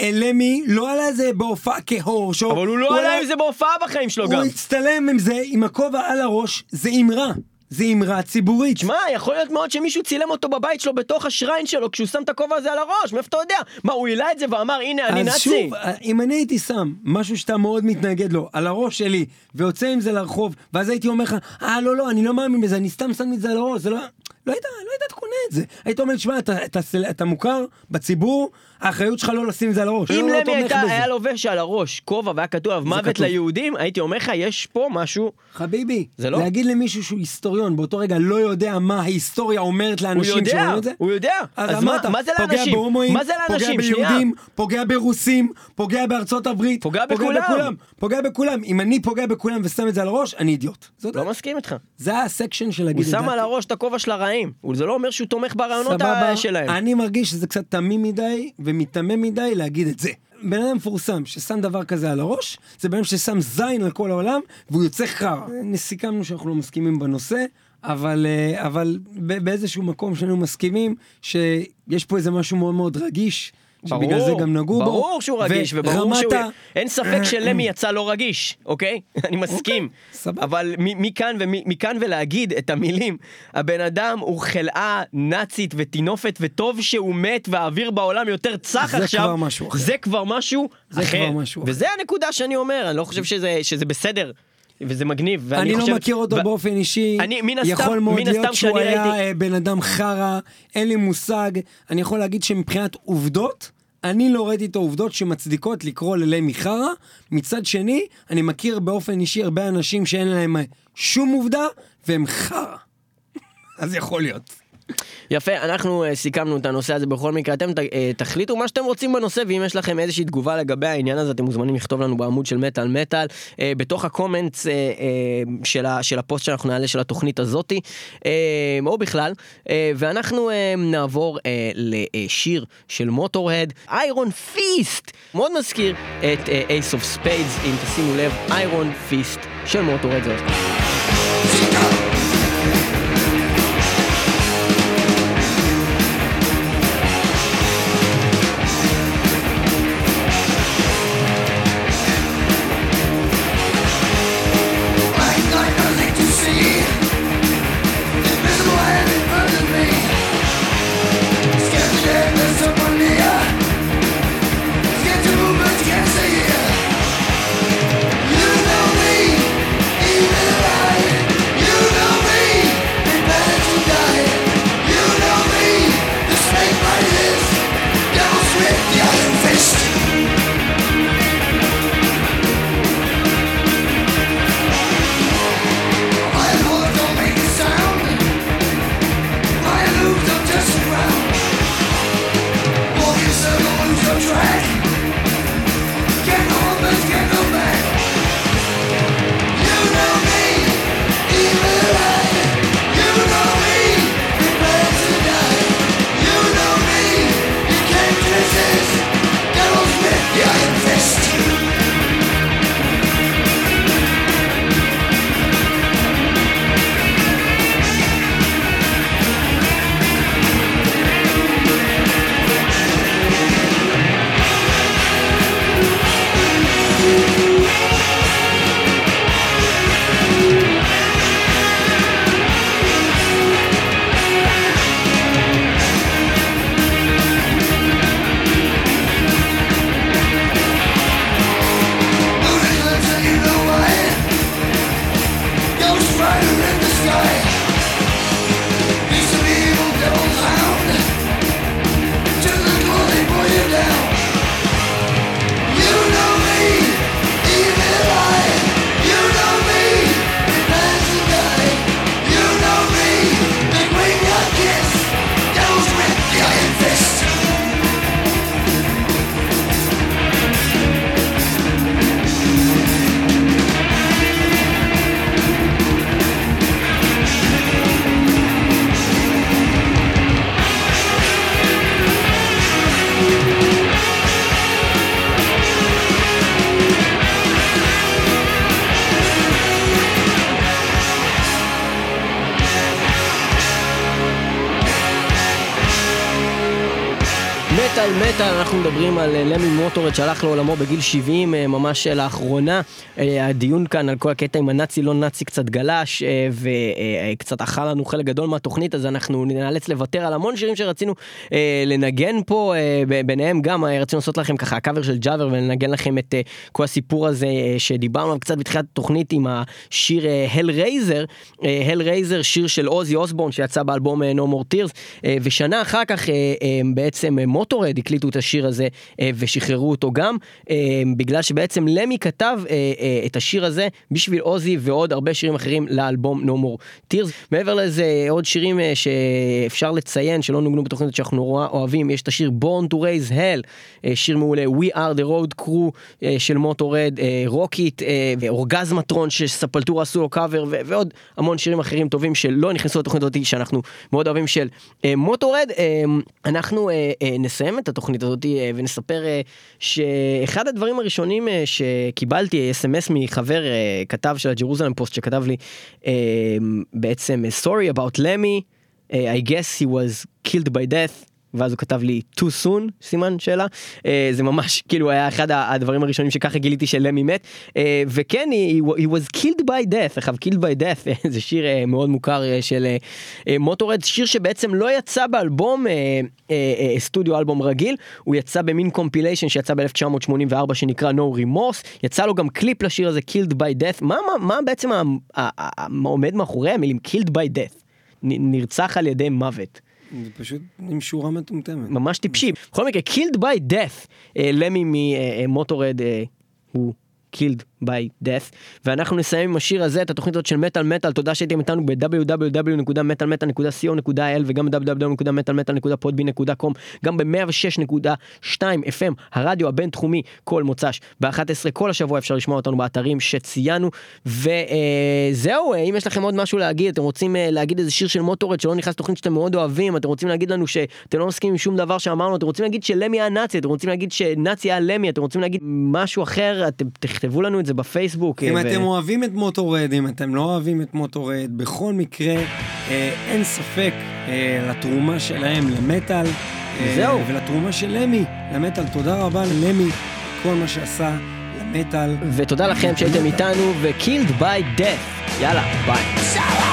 למי לא עלה זה בהופעה כהורור שואו. אבל הוא לא עלה עם זה בהופעה בחיים שלו גם. הוא הצטלם עם זה, עם הכובע על הראש, זה אמרה. זה אמרה ציבורית. שמע, יכול להיות מאוד שמישהו צילם אותו בבית שלו בתוך השריין שלו, כשהוא שם את הכובע הזה על הראש, מאיפה אתה יודע? מה, הוא העלה את זה ואמר, הנה, אני נאצי. אז שוב, אם אני הייתי שם משהו שאתה מאוד מתנגד לו, על הראש שלי, ויוצא עם זה לרחוב, ואז הייתי אומר לך, לא, אני לא מאמין בזה, אני סתם שם את זה על הראש, זה לא היית קונה את זה. היית אומר, שמע, אתה מוכר בציבור, האחריות שלך לא לשים את זה על הראש. אם למי היה לובש על הראש כובע והיה כתוב מוות ליהודים, הייתי אומר לך, יש פה משהו... חביבי, להגיד למישהו שהוא היסטוריון, באותו רגע לא יודע מה ההיסטוריה אומרת לאנשים שאומרים את זה. הוא יודע. אז מה זה לאנשים? פוגע בהומואים, פוגע ביהודים, פוגע ברוסים, פוגע בארצות הברית, פוגע בכולם. אם אני פוגע בכולם ושם את זה על הראש, אני אידיוט. לא מסכים איתך. זה הסקשן של להגיד את זה. הוא שם על הראש את הכובע של הרעים. זה לא אומר שהוא תומך ברעיונות שלהם. אני מרגיש שזה קצת תמים מדי ומתמם מדי להגיד את זה. בן אדם מפורסם ששם דבר כזה על הראש, זה בן אדם ששם זין על כל העולם, והוא יוצא חרא. סיכמנו שאנחנו לא מסכימים בנושא, אבל באיזשהו מקום שאנו מסכימים, שיש פה איזה משהו מאוד מאוד רגיש, שבגלל זה גם נגעו בו. ברור שהוא רגיש, וברור שהוא... אין ספק שלמי יצא לא רגיש, אוקיי? אני מסכים. אבל מכאן ולהגיד את המילים, הבן אדם הוא חלאה נאצית ותינופת, וטוב שהוא מת והאוויר בעולם יותר צח עכשיו. זה כבר משהו אחר. וזה הנקודה שאני אומר, אני לא חושב שזה בסדר. וזה מגניב. אני לא מכיר אותו באופן אישי, יכול מאוד להיות שהוא היה בן אדם חרה, אין לי מושג, אני יכול להגיד שמבחינת עובדות, אני לא ראיתי את העובדות שמצדיקות לקרוא ללמי חרה, מצד שני, אני מכיר באופן אישי הרבה אנשים שאין להם שום עובדה, והם חרה. אז יכול להיות. יפה, אנחנו סיכמנו את הנושא הזה בכל מקרה, אתם תחליטו מה שאתם רוצים בנושא, ואם יש לכם איזושהי תגובה לגבי העניין הזה, אתם מוזמנים לכתוב לנו בעמוד של מטל, בתוך הקומנטס של הפוסט שאנחנו נעלה של התוכנית הזאת, או בכלל, ואנחנו נעבור לשיר של מוטורהד, איירון פיסט, מאוד מזכיר את Ace of Spades, אם תשימו לב, איירון פיסט של מוטורהד זאת. You מטל, אנחנו מדברים על למי מוטורד שהלך לעולמו בגיל 70, ממש לאחרונה. הדיון כאן על כל הקטע עם הנאצי לא נאצי קצת גלש, וקצת אכל לנו חלק גדול מהתוכנית, אז אנחנו נאלץ לוותר על המון שירים שרצינו לנגן פה, ביניהם גם רצינו לעשות לכם ככה הקאבר של ג'אבר, ולנגן לכם את כל הסיפור הזה שדיברנו עליו קצת בתחילת התוכנית עם השיר הלרייזר, הלרייזר, שיר של עוזי אוסבורן שיצא באלבום No More Tears, ושנה אחר כך בעצם מוטורד הקליטו את השיר הזה ושחררו אותו גם, בגלל שבעצם למי כתב את השיר הזה בשביל עוזי ועוד הרבה שירים אחרים לאלבום No More Tears. מעבר לזה עוד שירים שאפשר לציין שלא נוגנו בתוכנית שאנחנו נורא אוהבים, יש את השיר Born to Raise Hell, שיר מעולה, We Are the Road Crew של מוטורד, רוקיט, אורגזמטרון שספלטורה עשו לו קאבר, ועוד המון שירים אחרים טובים שלא נכנסו לתוכנית הזאת שאנחנו מאוד אוהבים של מוטורד. אנחנו נסיים את התוכנית הזאת ונספר שאחד הדברים הראשונים שקיבלתי SMS מחבר כתב של הג'רוזלם פוסט שכתב לי בעצם sorry about Lemmy, I guess he was killed by death, ואז הוא כתב לי too soon, סימן שאלה. זה ממש כאילו היה אחד הדברים הראשונים שככה גיליתי של למי מת, וכן, he was killed by death, אחר killed by death, זה שיר מאוד מוכר של מוטורד, שיר שבעצם לא יצא באלבום סטודיו אלבום רגיל, הוא יצא במין קומפיליישן שיצא ב-1984 שנקרא No Remorse, יצא לו גם קליפ לשיר הזה killed by death. מה בעצם עומד מאחורי המילים killed by death? נרצח על ידי מוות. זה פשוט עם שורה מטומטמת. ממש טיפשי. בכל מקרה, killed by death, למי ממוטורד הוא killed by death, ואנחנו נסיים עם השיר הזה, את התוכנית הזאת של מטל. תודה שהייתם איתנו ב-www.metalmetal.co.il וגם ב-www.metalmetal.podbean.com, גם ב-106.2 FM, הרדיו הבינתחומי, כל מוצ"ש, ב-11 כל השבוע אפשר לשמוע אותנו באתרים שציינו, וזהו, אם יש לכם עוד משהו להגיד, אתם רוצים להגיד איזה שיר של מוטורד שלא נכנס לתוכנית שאתם מאוד אוהבים, אתם רוצים להגיד לנו שאתם לא מסכימים עם שום דבר שאמרנו, אתם רוצים להגיד שלמי היה נאצי, אתם רוצים להגיד שנאצי היה למי, אתם רוצים להגיד משהו אחר, אתם תכתבו לנו את זה בפייסבוק. אם אתם אוהבים את מוטורד, אם אתם לא אוהבים את מוטורד, בכל מקרה אין ספק לתרומה שלהם למטל, ולתרומה של למי למטל. תודה רבה ללמי, כל מה שעשה למטל. ותודה לכם שהייתם איתנו, ו-Killed by Death. יאללה, ביי.